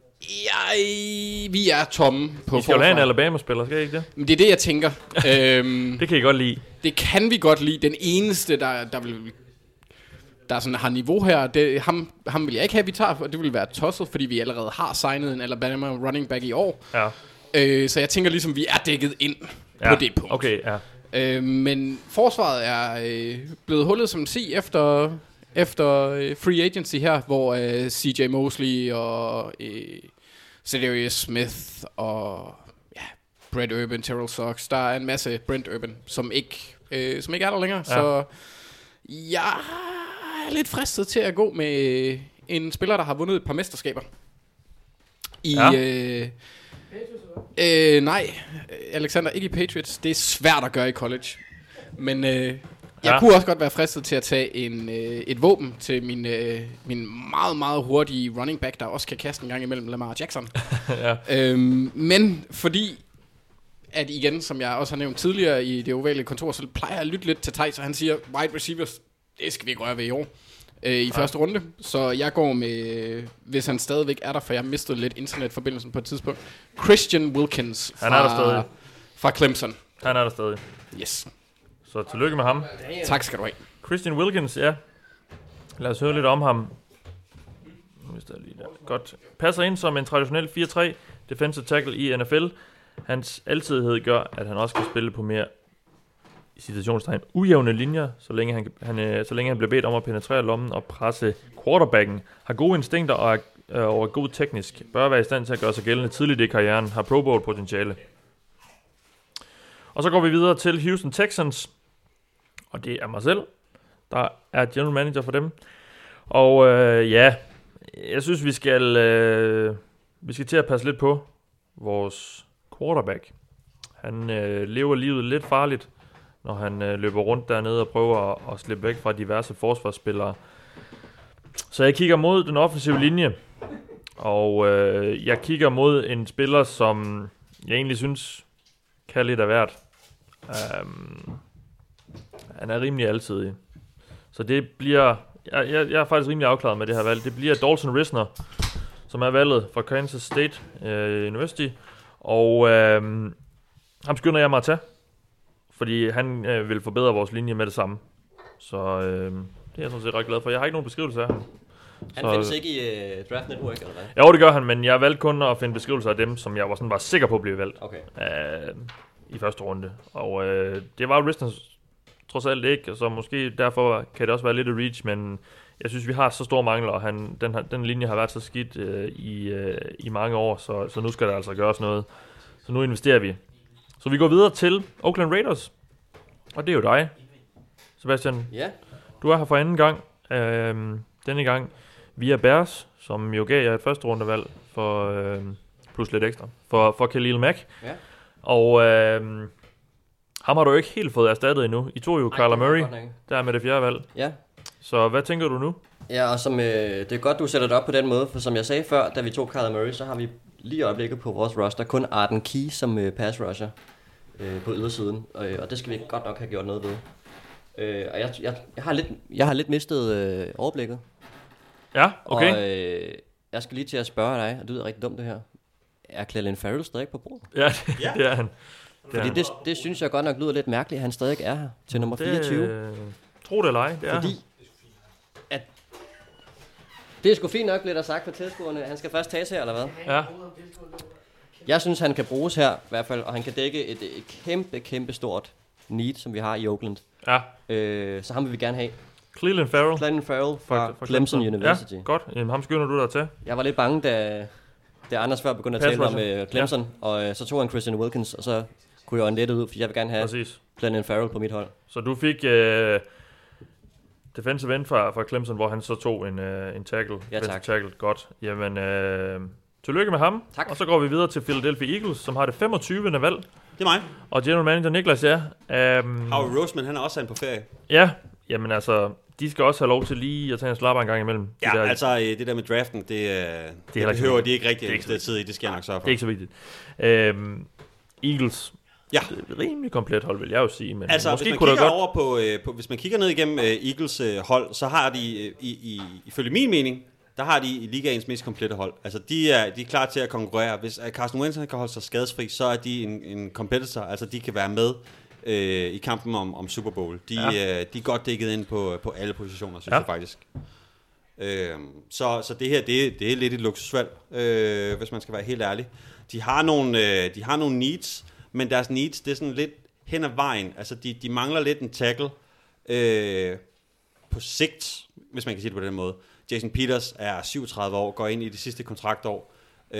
Vi er tomme på forsvar. I skal jo have en Alabama-spiller, skal I ikke det? Men det er det, jeg tænker. Det kan I godt lide. Det kan vi godt lide. Den eneste, der sådan har niveau her, ham vil jeg ikke have, vi tager, og det vil være tosset, fordi vi allerede har signet en Alabama running back i år. Ja. Så jeg tænker ligesom, vi er dækket ind på det punkt. Okay, ja. Men forsvaret er blevet hullet som en si efter free agency her, hvor CJ Mosley og Cedarius Smith og Brett Urban, Terrell Sox, der er en masse Brent Urban, som ikke er der længere. Ja. Så jeg er lidt fristet til at gå med en spiller, der har vundet et par mesterskaber. Nej, Alexander, ikke i Patriots. Det er svært at gøre i college. Men jeg kunne også godt være fristet til at tage et våben til min meget, meget hurtige running back, der også kan kaste en gang imellem Lamar Jackson. Men fordi, at igen, som jeg også har nævnt tidligere i det ovale kontor, så plejer jeg at lytte lidt til Theis, og han siger, wide receivers, det skal vi ikke røre ved i år. I første runde. Så jeg går med, hvis han stadigvæk er der, for jeg mistede lidt internetforbindelsen på et tidspunkt, Christian Wilkins fra Clemson. Han er der stadig. Yes. Så tillykke med ham. Tak skal du have. Christian Wilkins, ja. Lad os høre lidt om ham. Godt. Passer ind som en traditionel 4-3 defensive tackle i NFL. Hans altidighed gør, at han også kan spille på mere i citationstegn ujævne linjer, så længe han bliver bedt om at penetrere lommen og presse quarterbacken, har gode instinkter og er god teknisk, bør være i stand til at gøre sig gældende tidligt i karrieren, har Pro Bowl potentiale. Og så går vi videre til Houston Texans, og det er mig selv, der er general manager for dem. Og jeg synes vi skal til at passe lidt på vores quarterback. Han lever livet lidt farligt, når han løber rundt dernede og prøver at slippe væk fra diverse forsvarsspillere. Så jeg kigger mod den offensive linje, og jeg kigger mod en spiller, som jeg egentlig synes kan lidt af hvert. Han er rimelig altidig. Så det bliver... Jeg er faktisk rimelig afklaret med det her valg. Det bliver Dalton Risner, som er valget fra Kansas State University. Og ham skynder jeg mig at tage, fordi han vil forbedre vores linje med det samme. Så det er jeg sådan set ret glad for. Jeg har ikke nogen beskrivelse af ham. Han findes ikke i Draft Network, eller hvad? Jo, det gør han, men jeg valgte kun at finde beskrivelser af dem, som jeg var sikker på at blive valgt i første runde. Og det var Risner trods alt ikke, og så måske derfor kan det også være lidt et reach, men jeg synes, vi har så store mangler, og den linje har været så skidt i mange år, så nu skal der altså gøres noget. Så nu investerer vi. Så vi går videre til Oakland Raiders, og det er jo dig, Sebastian. Ja. Du er her for anden gang. Denne gang via Bears, som jo gav jer et første rundevalg for plus lidt ekstra for Khalil Mack. Ja. Og ham har du jo ikke helt fået erstattet endnu. I tog jo Kyler Murray, der med det fjerde valg. Ja. Så hvad tænker du nu? Ja, og det er godt, du sætter det op på den måde, for som jeg sagde før, da vi tog Kyler Murray, så har vi lige i øjeblikket på vores roster kun Arden Key som pass rusher på ydersiden, og det skal vi godt nok have gjort noget ved. Og jeg har lidt mistet overblikket. Ja, okay. Og jeg skal lige til at spørge dig, og det lyder rigtig dumt det her. Er Clelin Ferrell stadig på bordet? Ja, det er han. Fordi det synes jeg godt nok lyder lidt mærkeligt, at han stadig er her til nummer 24. Tro det eller ej, det er fordi at det er sgu fint nok, bliver der sagt på tilskuerne. Han skal først tages her, eller hvad? Ja. Jeg synes, han kan bruges her, i hvert fald, og han kan dække et kæmpe stort need, som vi har i Oakland. Ja. Så ham vil vi gerne have. Clelin Ferrell fra Clemson University. Ja, godt. Jamen, ham skynder du der til. Jeg var lidt bange, da Anders før begyndte at tale om Clemson, og så tog han Christian Wilkins, og så kunne jeg ånde ud, fordi jeg vil gerne have Clelin Ferrell på mit hold. Så du fik defensive end fra Clemson, hvor han så tog en tackle. Ja, tak. Tackle. Godt. Jamen, tillykke med ham. Tak. Og så går vi videre til Philadelphia Eagles, som har det 25. valg. Det er mig. Og general manager Niklas, Howie Roseman, han er også på ferie. Ja, jamen altså, de skal også have lov til lige at tage en slapper en gang imellem. Ja, altså det der med draften, det behøver de ikke rigtig at tid i, det skal jeg nok sørge for. Det er ikke så vigtigt. Eagles, det er et rimelig komplet hold, vil jeg jo sige. Men altså, måske hvis man kigger over på, hvis man kigger ned igennem Eagles hold, så har de, ifølge min mening, der har de ligaens mest komplette hold. Altså, de er klar til at konkurrere. Hvis Carson Wentz kan holde sig skadesfri, så er de en competitor. Altså, de kan være med i kampen om Super Bowl. De er godt dækket ind på alle positioner, synes jeg faktisk. Så det her, det er lidt et luksusvalg, hvis man skal være helt ærlig. De har nogle needs, men deres needs, det er sådan lidt hen ad vejen. Altså, de mangler lidt en tackle på sigt, hvis man kan sige det på den måde. Jason Peters er 37 år, går ind i det sidste kontraktår,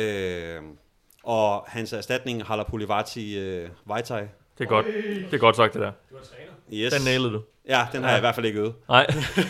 og hans erstatning, Halapoulivaati Vaitai. Det er godt. Det er godt sagt, det der. Du er træner. Yes. Den nailede du. Ja, den har jeg i hvert fald ikke øvet. Nej.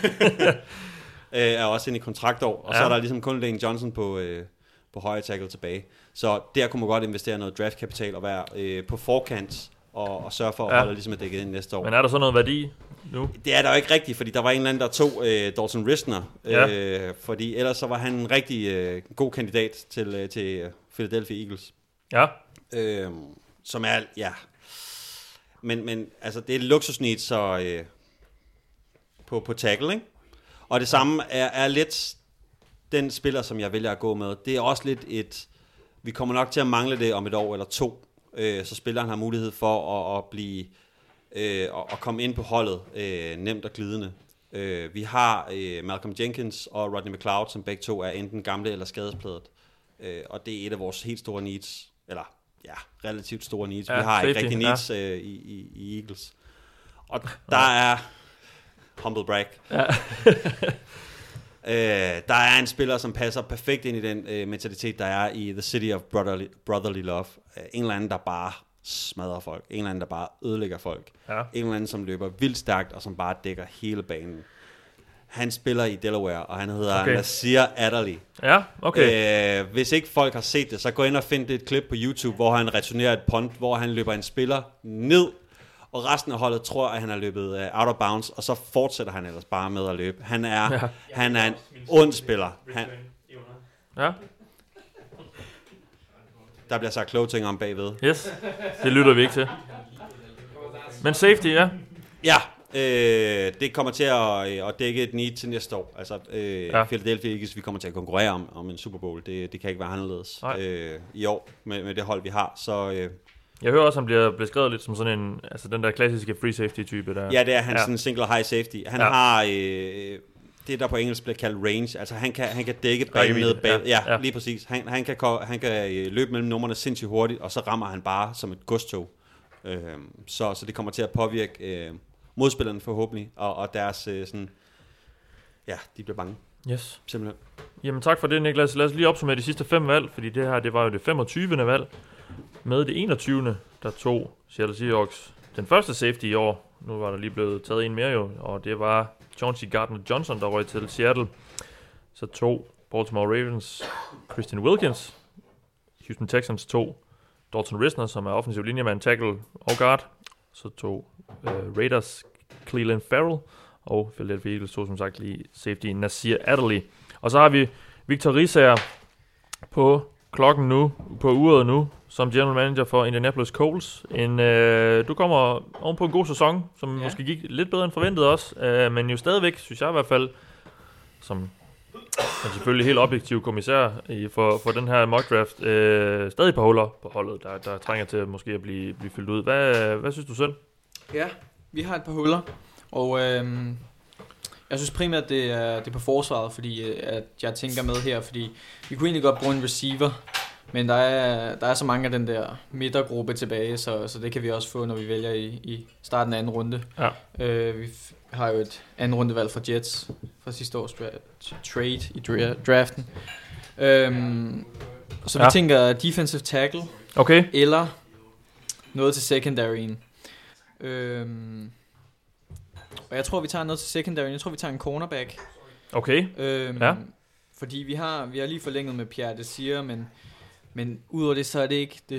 Er også inde i kontraktår, og så er der ligesom kun Lane Johnson på højre tackle tilbage. Så der kunne man godt investere noget draftkapital og være på forkant og sørge for at holde ligesom at dække ind næste år. Men er der så noget værdi nu? Det er der jo ikke rigtigt, fordi der var en eller anden, der tog Dalton Risner, fordi ellers så var han en rigtig god kandidat til Philadelphia Eagles. Ja. Som er, men altså det er et luksusnit, så på tackle, ikke? Og det samme er lidt den spiller, som jeg vælger at gå med. Det er også lidt vi kommer nok til at mangle det om et år eller to, så spilleren har mulighed for at blive at komme ind på holdet nemt og glidende. Vi har Malcolm Jenkins og Rodney McLeod, som begge to er enten gamle eller skadespladet. Og det er et af vores helt store needs, eller relativt store needs. Vi har ikke rigtig needs i Eagles. Og der er humble brag. Ja. Der er en spiller, som passer perfekt ind i den mentalitet, der er i The City of Brotherly Love. En eller anden, der bare smadrer folk. En eller anden, der bare ødelægger folk. Ja. En eller anden, som løber vildt stærkt, og som bare dækker hele banen. Han spiller i Delaware, og han hedder Nasir Adderley. Ja, okay. Hvis ikke folk har set det, så gå ind og find et klip på YouTube, hvor han returnerer et punt, hvor han løber en spiller ned, og resten af holdet tror, at han er løbet out of bounds, og så fortsætter han ellers bare med at løbe. Han er en ond spiller. Der bliver sagt kloge ting om bagved. Yes, det lytter vi ikke til. Men safety, ja. Ja, det kommer til at dække et need til næste år. Altså, Philadelphia Eagles, vi kommer til at konkurrere om en Super Bowl. Det kan ikke være anderledes i år med det hold, vi har. Så... Jeg hører også, han bliver beskrevet lidt som sådan en, altså den der klassiske free safety type der. Ja, det er han sådan en single high safety. Han har det der på engelsk bliver kaldt range. Altså han kan dække banen ned bag. Ja, lige præcis. Han kan løbe mellem numrene sindssygt hurtigt, og så rammer han bare som et godstog. Så det kommer til at påvirke modspillerne forhåbentlig, og deres sådan, de bliver bange. Yes. Simpelthen. Jamen tak for det, Niklas. Lad os lige opsummere de sidste 5 valg, fordi det her, det var jo det 25. valg. Med det 21. der tog Seattle Seahawks den første safety i år. Nu var der lige blevet taget en mere jo, og det var Chauncey Gardner-Johnson, der røg til Seattle. Så tog Baltimore Ravens Christian Wilkins. Houston Texans tog Dalton Risner, som er offensiv linjemand, tackle og guard. Så tog Raiders Clelin Ferrell, og Philadelphia Eagles tog som sagt lige safety Nasir Adderley. Og så har vi Victor Risager på klokken nu, på uret nu, som general manager for Indianapolis Colts. Du kommer oven på en god sæson, som måske gik lidt bedre end forventet også, men jo stadigvæk, synes jeg i hvert fald, som men selvfølgelig helt objektiv kommissær for den her mock draft. Stadig et par huller på holdet, der trænger til måske at blive fyldt ud. Hvad synes du selv? Ja, vi har et par huller, og jeg synes primært, det er på forsvaret, fordi at jeg tænker med her, fordi vi kunne egentlig godt bruge en receiver, men der er så mange af den der midtergruppe tilbage, så det kan vi også få, når vi vælger i starten af anden runde. Ja. Vi har jo et anden rundevalg fra Jets fra sidste års trade i draften. Så vi tænker defensive tackle, eller noget til secondaryen. Og jeg tror, vi tager noget til secondaryen. Jeg tror, vi tager en cornerback. Okay. Fordi vi har lige forlænget med Pierre Desir, men udover det, så er det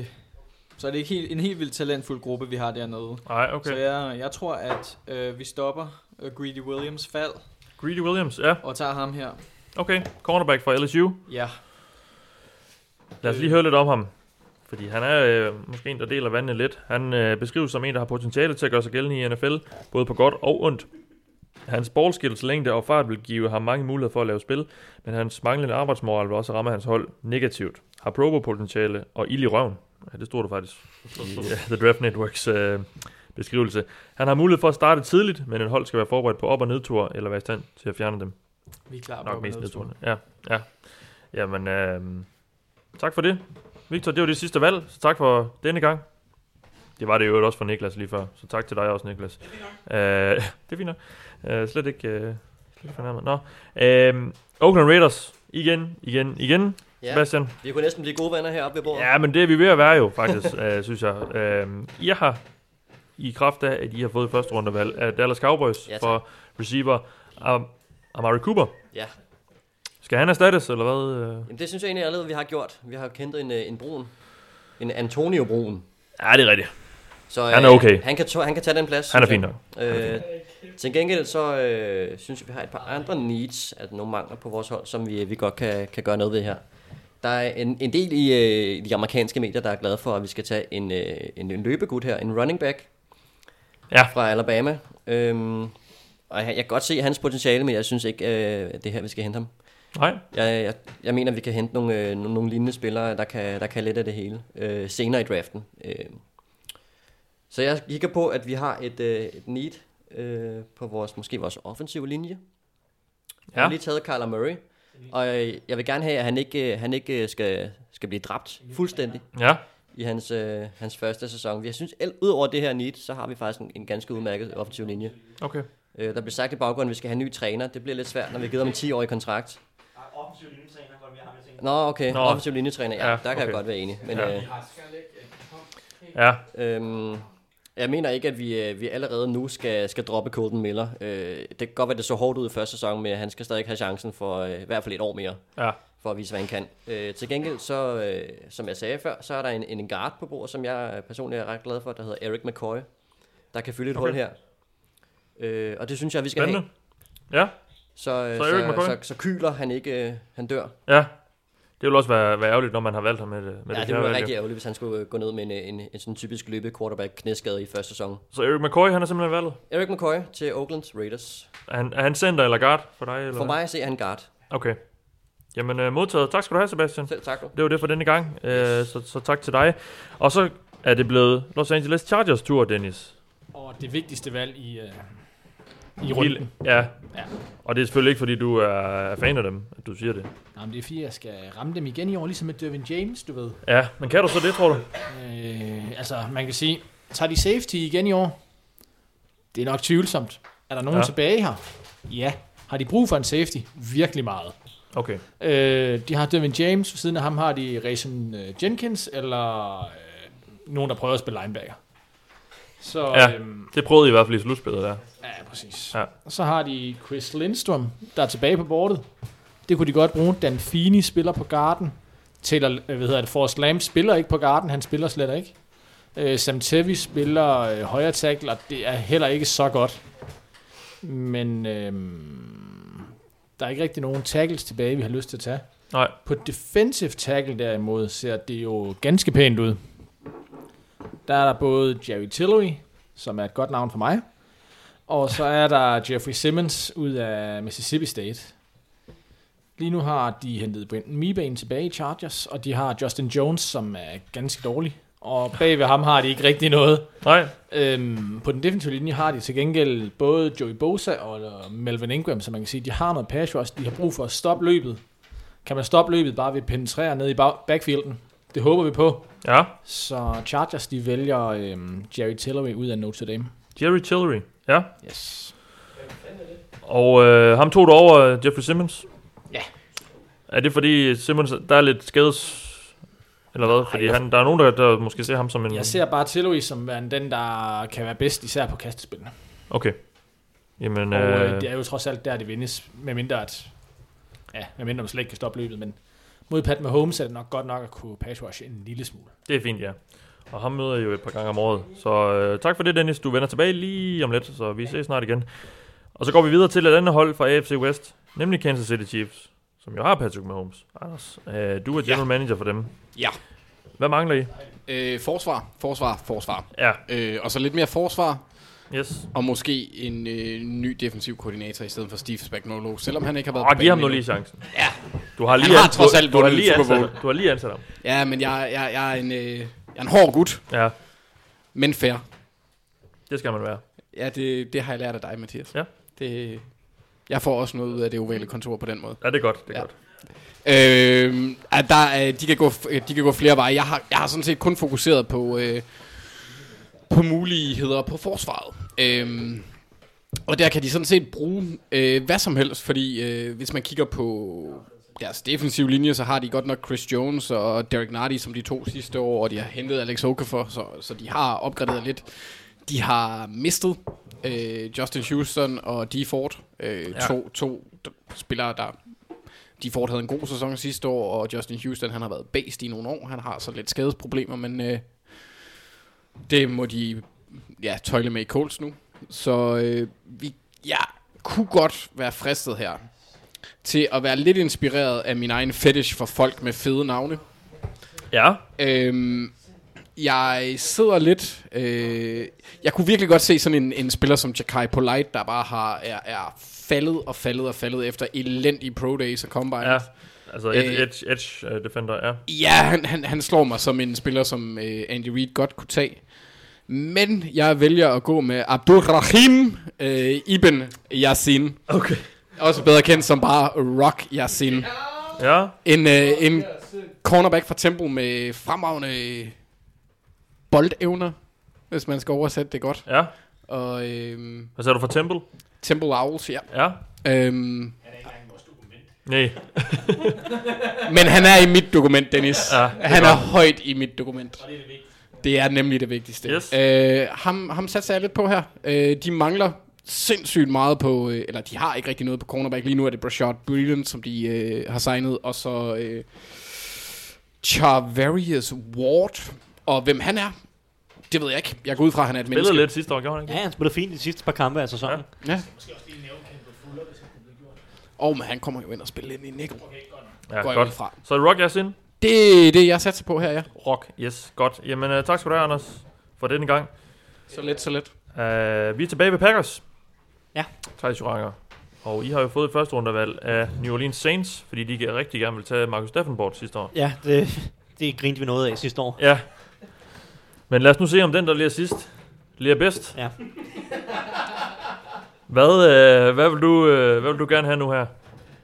ikke en helt vildt talentfuld gruppe, vi har dernede. Nej, okay. Så jeg tror, at vi stopper Greedy Williams fald. Greedy Williams, ja. Og tager ham her. Okay, cornerback fra LSU. Ja. Lad os lige høre lidt om ham. Fordi han er måske en, der deler vandene lidt. Han beskrives som en, der har potentiale til at gøre sig gældende i NFL, både på godt og ondt. Hans ballskills, længde og fart vil give ham mange muligheder for at lave spil, men hans manglende arbejdsmoral vil også ramme hans hold negativt. Har Pro Bowl-potentiale og ild i røven. Ja, det stod der faktisk i The Draft Networks beskrivelse. Han har mulighed for at starte tidligt, men et hold skal være forberedt på op- og nedtur, eller være i stand til at fjerne dem. Vi er klar på nok mest nedturene. Ja. Jamen, tak for det. Victor, det var det sidste valg, så tak for denne gang. Det var det jo også for Niklas lige før, så tak til dig også, Niklas. Det er fint nok. Slet ikke fornærmet. Nå. Oakland Raiders, igen. Ja, Sebastian. Vi kunne næsten blive gode venner heroppe ved bordet. Ja, men det er vi ved at være jo, faktisk, synes jeg. I har, i kraft af, at I har fået første rundevalg af Dallas Cowboys for receiver Amari Cooper. Ja. Skal han erstattes, eller hvad? Jamen, det synes jeg egentlig allerede, vi har gjort. Vi har kendt en brun. En Antonio Brun. Ja, det er rigtigt. Så han er okay. Han kan tage den plads. Han er fint nok. Til gengæld så synes jeg, vi har et par andre needs, altså nogle mangler på vores hold, som vi godt kan gøre noget ved her. Der er en del i de amerikanske medier, der er glade for, at vi skal tage en løbegud her, en running back fra Alabama. Og jeg kan godt se hans potentiale, men jeg synes ikke, det her, vi skal hente ham. Nej. Jeg mener, vi kan hente nogle lignende spillere, der kan lidt af det hele senere i draften. Så jeg kigger på, at vi har et need på vores offensive linje. Jeg har lige taget Kyler Murray, og jeg vil gerne have, at han ikke skal blive dræbt fuldstændig i hans første sæson. Jeg synes, udover det her need, så har vi faktisk en ganske udmærket offensiv linje. Okay. Der bliver sagt i baggrunden, at vi skal have en ny træner. Det bliver lidt svært, når vi giver dem en 10-årig kontrakt. Offensiv linjetræner, hvor vi har med ting. Nå, okay. Offensiv linjetræner, der kan jeg godt være enig. Men, jeg mener ikke, at vi allerede nu skal droppe Colton Miller. Det kan godt være, det så hårdt ud i første sæson, men han skal stadig have chancen for i hvert fald et år mere, for at vise, hvad han kan. Til gengæld, så, som jeg sagde før, så er der en guard på bord, som jeg personligt er ret glad for, der hedder Eric McCoy, der kan fylde et hul her. Og det synes jeg, vi skal have. Ja. Så Kyler han ikke, han dør. Ja. Det vil også være ærgerligt, når man har valgt ham med det. Ja, det ville være rigtig ærgerligt, hvis han skulle gå ned med en sådan typisk løbe quarterback knæskade i første sæson. Så Eric McCoy, han er simpelthen valgt? Eric McCoy til Oakland Raiders. Er han center eller guard for dig? Eller? For mig ser han guard. Okay. Jamen modtaget. Tak skal du have, Sebastian. Selv tak. Det var det for denne gang. Så tak til dig. Og så er det blevet Los Angeles Chargers tur, Dennis. Og det vigtigste valg i runden. Ja. Og det er selvfølgelig ikke, fordi du er fan af dem, at du siger det. Nej, men det er fordi, jeg skal ramme dem igen i år, ligesom med Derwin James, du ved. Ja, men kan du så det, tror du? Altså, man kan sige, tager de safety igen i år? Det er nok tvivlsomt. Er der nogen tilbage her? Ja. Har de brug for en safety? Virkelig meget. Okay. De har Derwin James, ved siden af ham har de Rayson Jenkins, eller nogen, der prøver at spille linebacker. Så, det prøvede I hvert fald i slutspillet der. Ja, præcis. Ja. Så har de Chris Lindstrom, der er tilbage på bordet. Det kunne de godt bruge. Dan Feeney spiller på garden. Forrest Lamb spiller ikke på garden. Han spiller slet ikke. Sam Tevi spiller højre tackle, og det er heller ikke så godt. Men der er ikke rigtig nogen tackles tilbage, vi har lyst til at tage. Nej. På defensive tackle derimod ser det jo ganske pænt ud. Der er der både Jerry Tillery, som er et godt navn for mig, og så er der Jeffrey Simmons ud af Mississippi State. Lige nu har de hentet Brenton Meebane tilbage i Chargers, og de har Justin Jones, som er ganske dårlig. Og bagved ham har de ikke rigtig noget. Nej. På den defensive linje har de til gengæld både Joey Bosa og Melvin Ingram, så man kan sige, de har noget pass rush. De har brug for at stoppe løbet. Kan man stoppe løbet bare ved at penetrere ned i backfielden? Det håber vi på. Ja. Så Chargers, de vælger Jerry Tillery ud af Notre Dame. Jerry Tillery, ja. Yes. Og ham tog du over Jeffrey Simmons? Ja. Er det fordi Simmons, der er lidt skades... Eller hvad? Fordi der er nogen, der måske ser ham som en... Jeg ser bare Tillery som den, der kan være bedst, især på kastespillene. Okay. Jamen, og det er jo trods alt der, det vindes, medmindre man slet ikke kan stoppe løbet, men mod Pat Mahomes er det nok godt nok at kunne pass rush en lille smule. Det er fint, ja. Og ham møder jeg jo et par gange om året. Så tak for det, Dennis. Du vender tilbage lige om lidt, så vi ses snart igen. Og så går vi videre til et andet hold fra AFC West, nemlig Kansas City Chiefs, som jo har Patrick Mahomes. Anders, du er general manager for dem. Ja. Hvad mangler I? Forsvar. Ja. Og så lidt mere forsvar. Yes. Og måske en ny defensiv koordinator i stedet for Steve Spagnuolo, selvom han ikke har været på banen. Giv ham nu lige chancen. Ja. Du har lige ansat ham. Ja, men jeg er en hård gut. Ja. Men fair. Det skal man være. Ja, det har jeg lært af dig, Mathias. Ja. Jeg får også noget ud af det ovale kontor på den måde. Ja, det er godt. Det er godt. De kan gå flere veje. Jeg har sådan set kun fokuseret på muligheder på forsvaret. Og der kan de sådan set bruge hvad som helst, fordi hvis man kigger på deres defensive linje, så har de godt nok Chris Jones og Derek Nardi som de to sidste år, og de har hentet Alex Okafor, så de har opgraderet lidt. De har mistet Justin Houston og Dee Ford, to spillere, der... Dee Ford havde en god sæson sidste år, og Justin Houston, han har været based i nogle år. Han har så lidt skadesproblemer, men det må de tøjle med i Colts nu. Så jeg kunne godt være fristet her til at være lidt inspireret af min egen fetish for folk med fede navne. Ja. Jeg sidder lidt... jeg kunne virkelig godt se sådan en spiller som Ja'Kai Polite, der bare er faldet efter elendige pro days og combine. Ja, altså edge defender, ja. Ja, han slår mig som en spiller, som Andy Reid godt kunne tage. Men jeg vælger at gå med Abdulrahim Ibn Yassin. Okay. Også bedre kendt som bare Rock Yassin. Ja. En cornerback fra Temple med fremragende boldevner, hvis man skal oversætte det godt. Ja. Og, hvad sagde du for Temple? Temple Owls, ja. Ja. Han er ikke engang i vores dokument. Nej. Men han er i mit dokument, Dennis. Ja, han er højt i mit dokument. Og det er det vigtigste. Det er nemlig det vigtigste. Yes. Ham satser jeg lidt på her. De mangler sindssygt meget på, eller de har ikke rigtig noget på cornerback. Lige nu er det Brashard Breeland, som de har signet, og så Charvarius Ward. Og hvem han er, det ved jeg ikke. Jeg går ud fra, at han er et menneske. Spillede lidt sidste år, gjorde han ikke? Ja, han spillede fint de sidste par kampe af sæsonen. Ja. Måske også lige nævne Kendall Fuller, hvis han kunne blive gjort. Men han kommer jo ind og spiller ind i nickel. Okay, godt. Ja, går godt. Fra. Så er det Rock Yassin? Det er det, jeg satser på her, ja. Rock, yes, godt. Jamen, tak skal du have, Anders, for denne gang. Så let. Vi er tilbage ved Packers. Ja. Thijs Joranger. Og I har jo fået et første rundevalg af New Orleans Saints, fordi de rigtig gerne vil tage Marcus Davenport sidste år. Ja, det grinte vi noget af sidste år. Ja. Men lad os nu se, om den, der bliver sidst, bliver bedst. Ja. Hvad vil du gerne have nu her?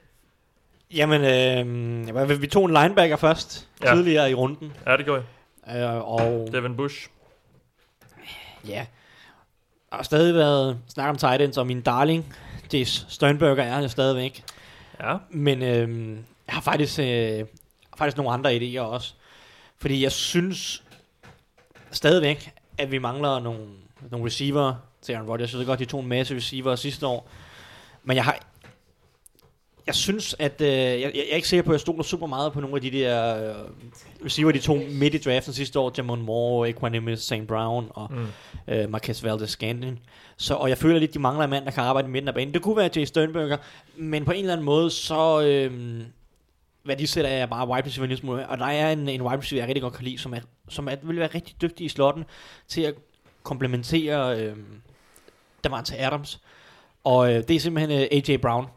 Jamen, vi tog en linebacker først, tidligere i runden. Ja, det gjorde jeg. Og Devin Bush. Ja. Der har stadig været snak om tight ends, og min darling, Jace Sternberger, er jeg stadigvæk. Ja. Men jeg har faktisk nogle andre idéer også. Fordi jeg synes stadigvæk, at vi mangler nogle receiver til Aaron Rodgers. Jeg synes godt, de tog en masse receiver sidste år. Men jeg synes, at jeg er ikke sikker på, at jeg stoler super meget på nogle af de der receiver, de tog midt i draften sidste år. Jamon Moore, Equanimous St. Brown og Marquez Valdes-Scantling. Og jeg føler lidt, de mangler en mand, der kan arbejde i midten af banen. Det kunne være Jace Sternberger, men på en eller anden måde, så hvad de sætter er bare wide receiver. Og der er en wide receiver, jeg rigtig godt kan lide, som vil være rigtig dygtig i slotten til at komplementere Davante Adams. Og det er simpelthen A.J. Brown.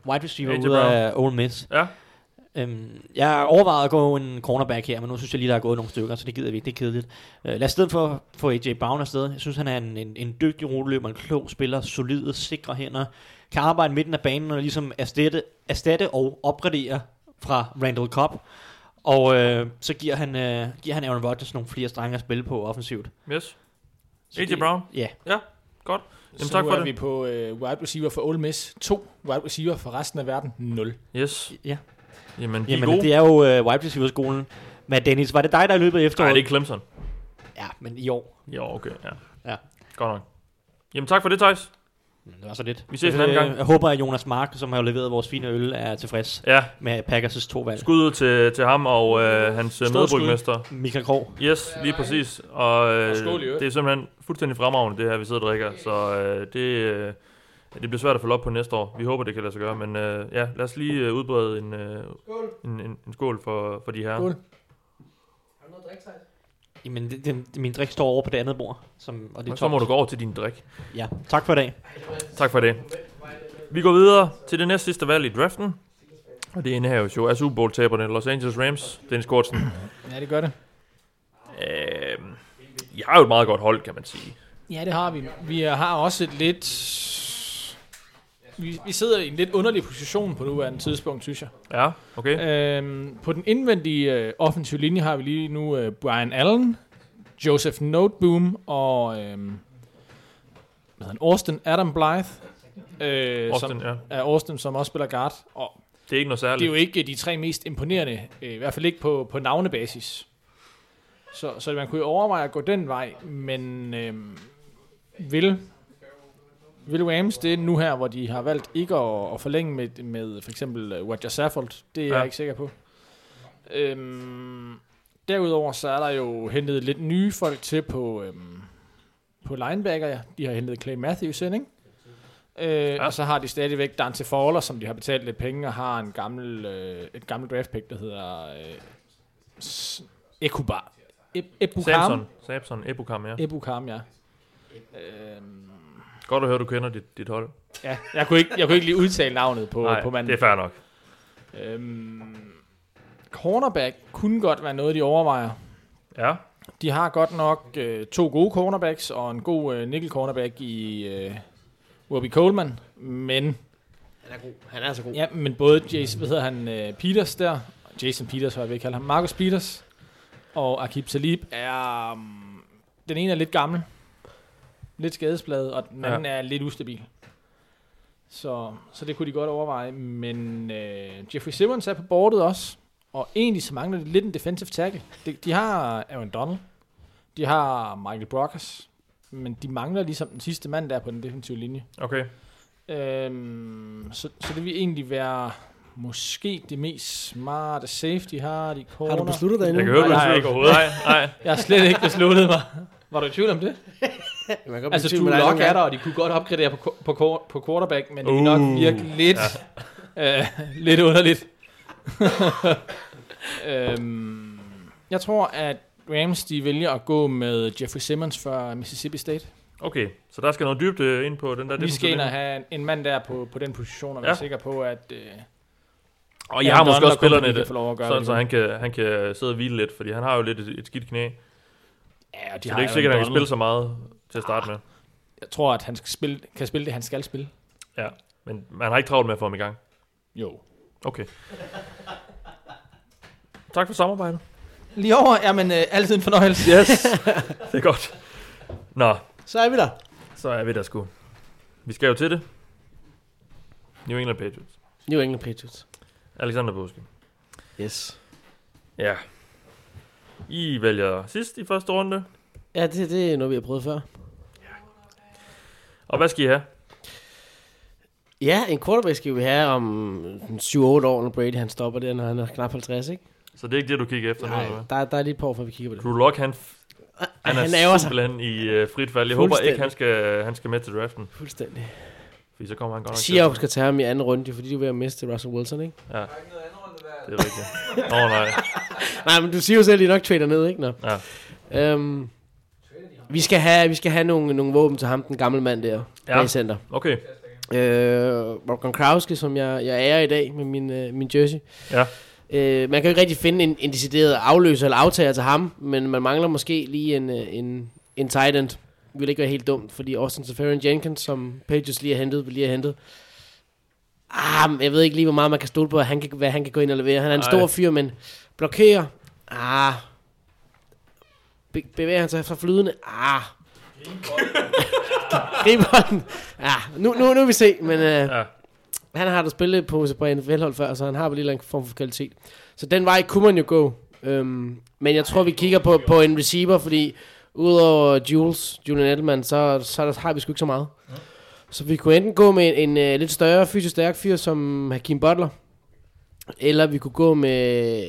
wide receiver ud af Ole Miss. Ja. Jeg overvejede at gå en cornerback her, men nu synes jeg lige, der er gået nogle stykker, så det gider vi ikke, det er kedeligt. Lad os stedet for få AJ Brown afsted. Jeg synes, han er en dygtig ruteløber, en klog spiller, solide, sikre hænder, kan arbejde midten af banen og ligesom erstatte og opgradere fra Randall Cobb. Og så giver han Aaron Rodgers nogle flere strenge at spille på offensivt. Yes. AJ Brown? Ja. Ja, godt. Jamen, så tak for det. Vi på wide receiver for Ole Miss 2, wide receiver for resten af verden 0. Yes. Ja. Jamen, det er jo wide receiver-skolen. Men Dennis, var det dig, der løbet efter? Nej, det er Clemson. Ja, men i år. I år, okay, ja. Godt nok. Jamen, tak for det, Thijs. Det var så lidt. Vi ses en anden gang. Jeg håber, at Jonas Mark, som har leveret vores fine øl, er tilfreds med Packers' 2 valg. Skud til ham og hans medbrygmester. Michael Krog. Yes, lige præcis. Og det er simpelthen fuldstændig fremragende, det her, vi sidder og drikker. Så det bliver svært at følge op på næste år. Vi håber, det kan lade sig gøre. Men lad os lige udbrede en skål for de her. Skål. Har du noget drik, Thijs? Jamen, min drik står over på det andet bord. Og det er så må du gå over til din drik. Ja, tak for i dag. Tak for det. Vi går videre til det næste sidste valg i draften. Og det indehaves jo af Super Bowl-taberne Los Angeles Rams. Dennis Kortsen. Ja, det gør det. Jeg har jo et meget godt hold, kan man sige. Ja, det har vi. Vi har også et lidt... Vi sidder i en lidt underlig position på nuværende tidspunkt, synes jeg. Ja, okay. På den indvendige offensive linje har vi lige nu Brian Allen, Joseph Noteboom og Austin Adam Blythe. Austin, som også spiller guard. Og det er ikke noget særligt. Det er jo ikke de 3 mest imponerende, i hvert fald ikke på navnebasis. Så man kunne jo overveje at gå den vej, men vil Rams det nu her, hvor de har valgt ikke at forlænge med for eksempel Roger Saffold? Det er jeg ikke sikker på. Derudover så er der jo hentet lidt nye folk til på linebacker. Ja. De har hentet Clay Matthews ind, ikke? Og så har de stadigvæk Dante Fowler, som de har betalt lidt penge, og har et gammelt draftpick, der hedder Samson Ebukam, ja. Ebukam, ja. Godt at høre, du kender dit hold. Ja, jeg kunne ikke lige udtale navnet på manden. Det er fair nok. Cornerback kunne godt være noget, de overvejer. Ja. De har godt nok 2 gode cornerbacks og en god nickel cornerback i Robbie Coleman, men han er så god. Ja, men både Peters der, Jason Peters, hvad jeg vil kalde ham, Marcus Peters og Aqib Talib er den ene er lidt gammel, lidt skadespladet, og den anden er lidt ustabil. Så det kunne de godt overveje, men Jeffrey Simmons er på bordet også. Og egentlig så mangler de lidt en defensive tackle. De har Aaron Donald. De har Michael Brockers. Men de mangler ligesom den sidste mand der på den defensive linje. Okay. Så det vil egentlig være måske det mest smarte safety har de corner. Har du besluttet dig endnu? Jeg kan høre, nej, ikke overhovedet. Nej. Jeg har slet ikke besluttet mig. Var du i tvivl om det? Altså, Drew Lock er der, og de kunne godt opgradere på quarterback, men det vil nok virke lidt underligt. Jeg tror, at Rams de vælger at gå med Jeffrey Simmons fra Mississippi State. Okay, så der skal noget dybt ind på den der. Vi skal ind og have en mand der på den position, og være sikker på, at... og jeg har måske også spillerne så han kan sidde og hvile lidt, fordi han har jo lidt et skidt knæ. Ja, så det er ikke sikkert, at han kan spille så meget til at starte med. Jeg tror, at han kan spille det, han skal spille. Ja, men man har ikke travlt med at få ham i gang. Jo. Okay. Tak for samarbejdet. Lige over, jamen altid en fornøjelse. Yes, det er godt. Nå. Så er vi der. Så er vi der sgu. Vi skal jo til det. New England Patriots. New England Patriots. Alexander Påske. Yes. Ja. I vælger sidst i første runde. Ja, det er noget, vi har prøvet før. Og hvad skal I have? Ja, en quarterback skal vi have om 7-8 år, når Brady han stopper der, når han er knap 50, ikke? Så det er ikke det, du kigger efter nu? Nej, der er lidt på, for vi kigger på det. Drew Lock, han er simpelthen i frit fald. Jeg håber ikke, han skal med til draften. Fuldstændig. Fordi så kommer han godt nok. Seahawks skal tage ham i anden runde, fordi du er ved at miste Russell Wilson, ikke? Ja. Det er rigtigt. Nej. Nej, men du siger jo selv, at de nok trader ned, ikke? Nå. Ja. Vi skal have nogle våben til ham, den gamle mand der. Ja, center. okay. Rob Gronkowski, som jeg ærer i dag med min jersey. Ja. Man kan jo ikke rigtig finde en decideret afløser eller aftager til ham, men man mangler måske lige en tight end. Det vil ikke være helt dumt, fordi Austin Seferian-Jenkins, som Patriots lige har hentet, jeg ved ikke lige, hvor meget man kan stole på, hvad han kan gå ind og levere. Han er en stor fyr, men blokerer. Bevæger han sig fra flydende? Gribolden. Nu vi se, men han har da spillet på NFL-hold før, så han har vel en form for kvalitet. Så den vej kunne man jo gå. Men jeg tror, vi kigger på en receiver, fordi udover Julian Edelman, så har vi sgu ikke så meget. Så vi kunne enten gå med en lidt større, fysisk stærk fyr som Hakeem Butler, eller vi kunne gå med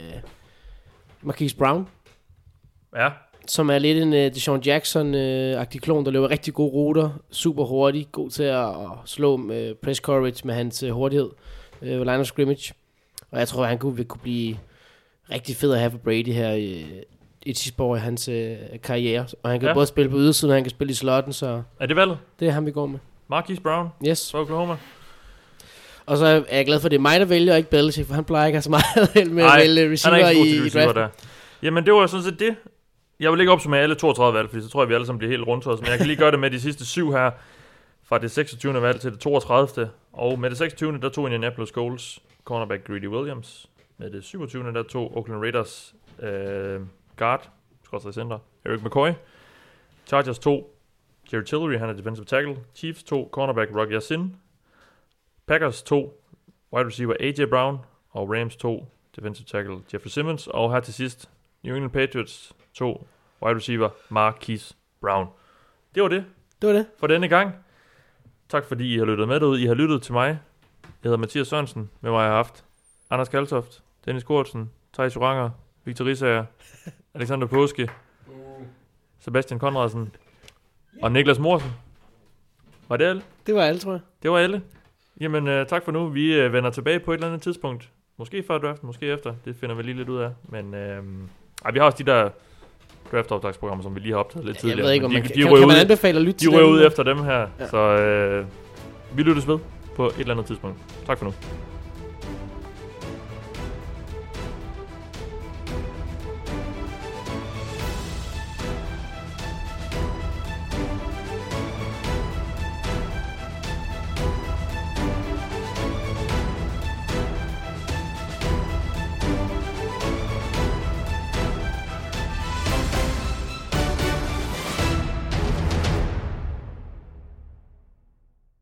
Marquise Brown. Ja. Som er lidt en Deshaun Jackson-agtig klon, der løber rigtig gode ruter, super hurtig, god til at slå press coverage med hans hurtighed ved line of scrimmage. Og jeg tror, han vil kunne blive rigtig fed at have for Brady her i sidste år i hans karriere. Og han kan både spille på ydersiden, og han kan spille i slotten, så... Er det valget? Det er ham, vi går med. Marquise Brown? Yes. Fra Oklahoma. Og så er jeg glad for, at det er mig, der vælger, og ikke Belichick, for han plejer ikke at have så meget held med at vælge receiver i draften. Jamen, det var sådan set det. Jeg vil ikke opsummere alle 32 valg, fordi så tror jeg, vi alle sammen bliver helt rundt. Men jeg kan lige gøre det med de sidste 7 her, fra det 26. valg til det 32. Og med det 26. der tog Indianapolis Colts cornerback Greedy Williams. Med det 27. der tog Oakland Raiders guard, center, Eric McCoy. Chargers 2, Jerry Tillery, han er defensive tackle. Chiefs 2, cornerback Rock Ya-Sin. Packers 2, wide receiver A.J. Brown. Og Rams 2, defensive tackle Jeffrey Simmons. Og her til sidst, New England Patriots 2, wide receiver Marquise Brown. Det var det. Det var det. For denne gang. Tak fordi I har lyttet med derude. I har lyttet til mig. Jeg hedder Mathias Sørensen. Med mig har jeg haft Anders Kaltoft, Dennis Kortsen, Thijs Joranger, Victor Risager, Alexander Påske, Sebastian Konradsen og Niklas Morsen. Var det alle? Det var alle, tror jeg. Det var alle. Jamen, tak for nu. Vi vender tilbage på et eller andet tidspunkt. Måske før draften, måske efter. Det finder vi lige lidt ud af. Men vi har også de der draft-optagsprogrammer, som vi lige har optaget lidt tidligere. Jeg ved ikke, om kan man anbefale at lytte til dem? De rører ud efter dem her. Ja. Så vi lyttes ved på et eller andet tidspunkt. Tak for nu.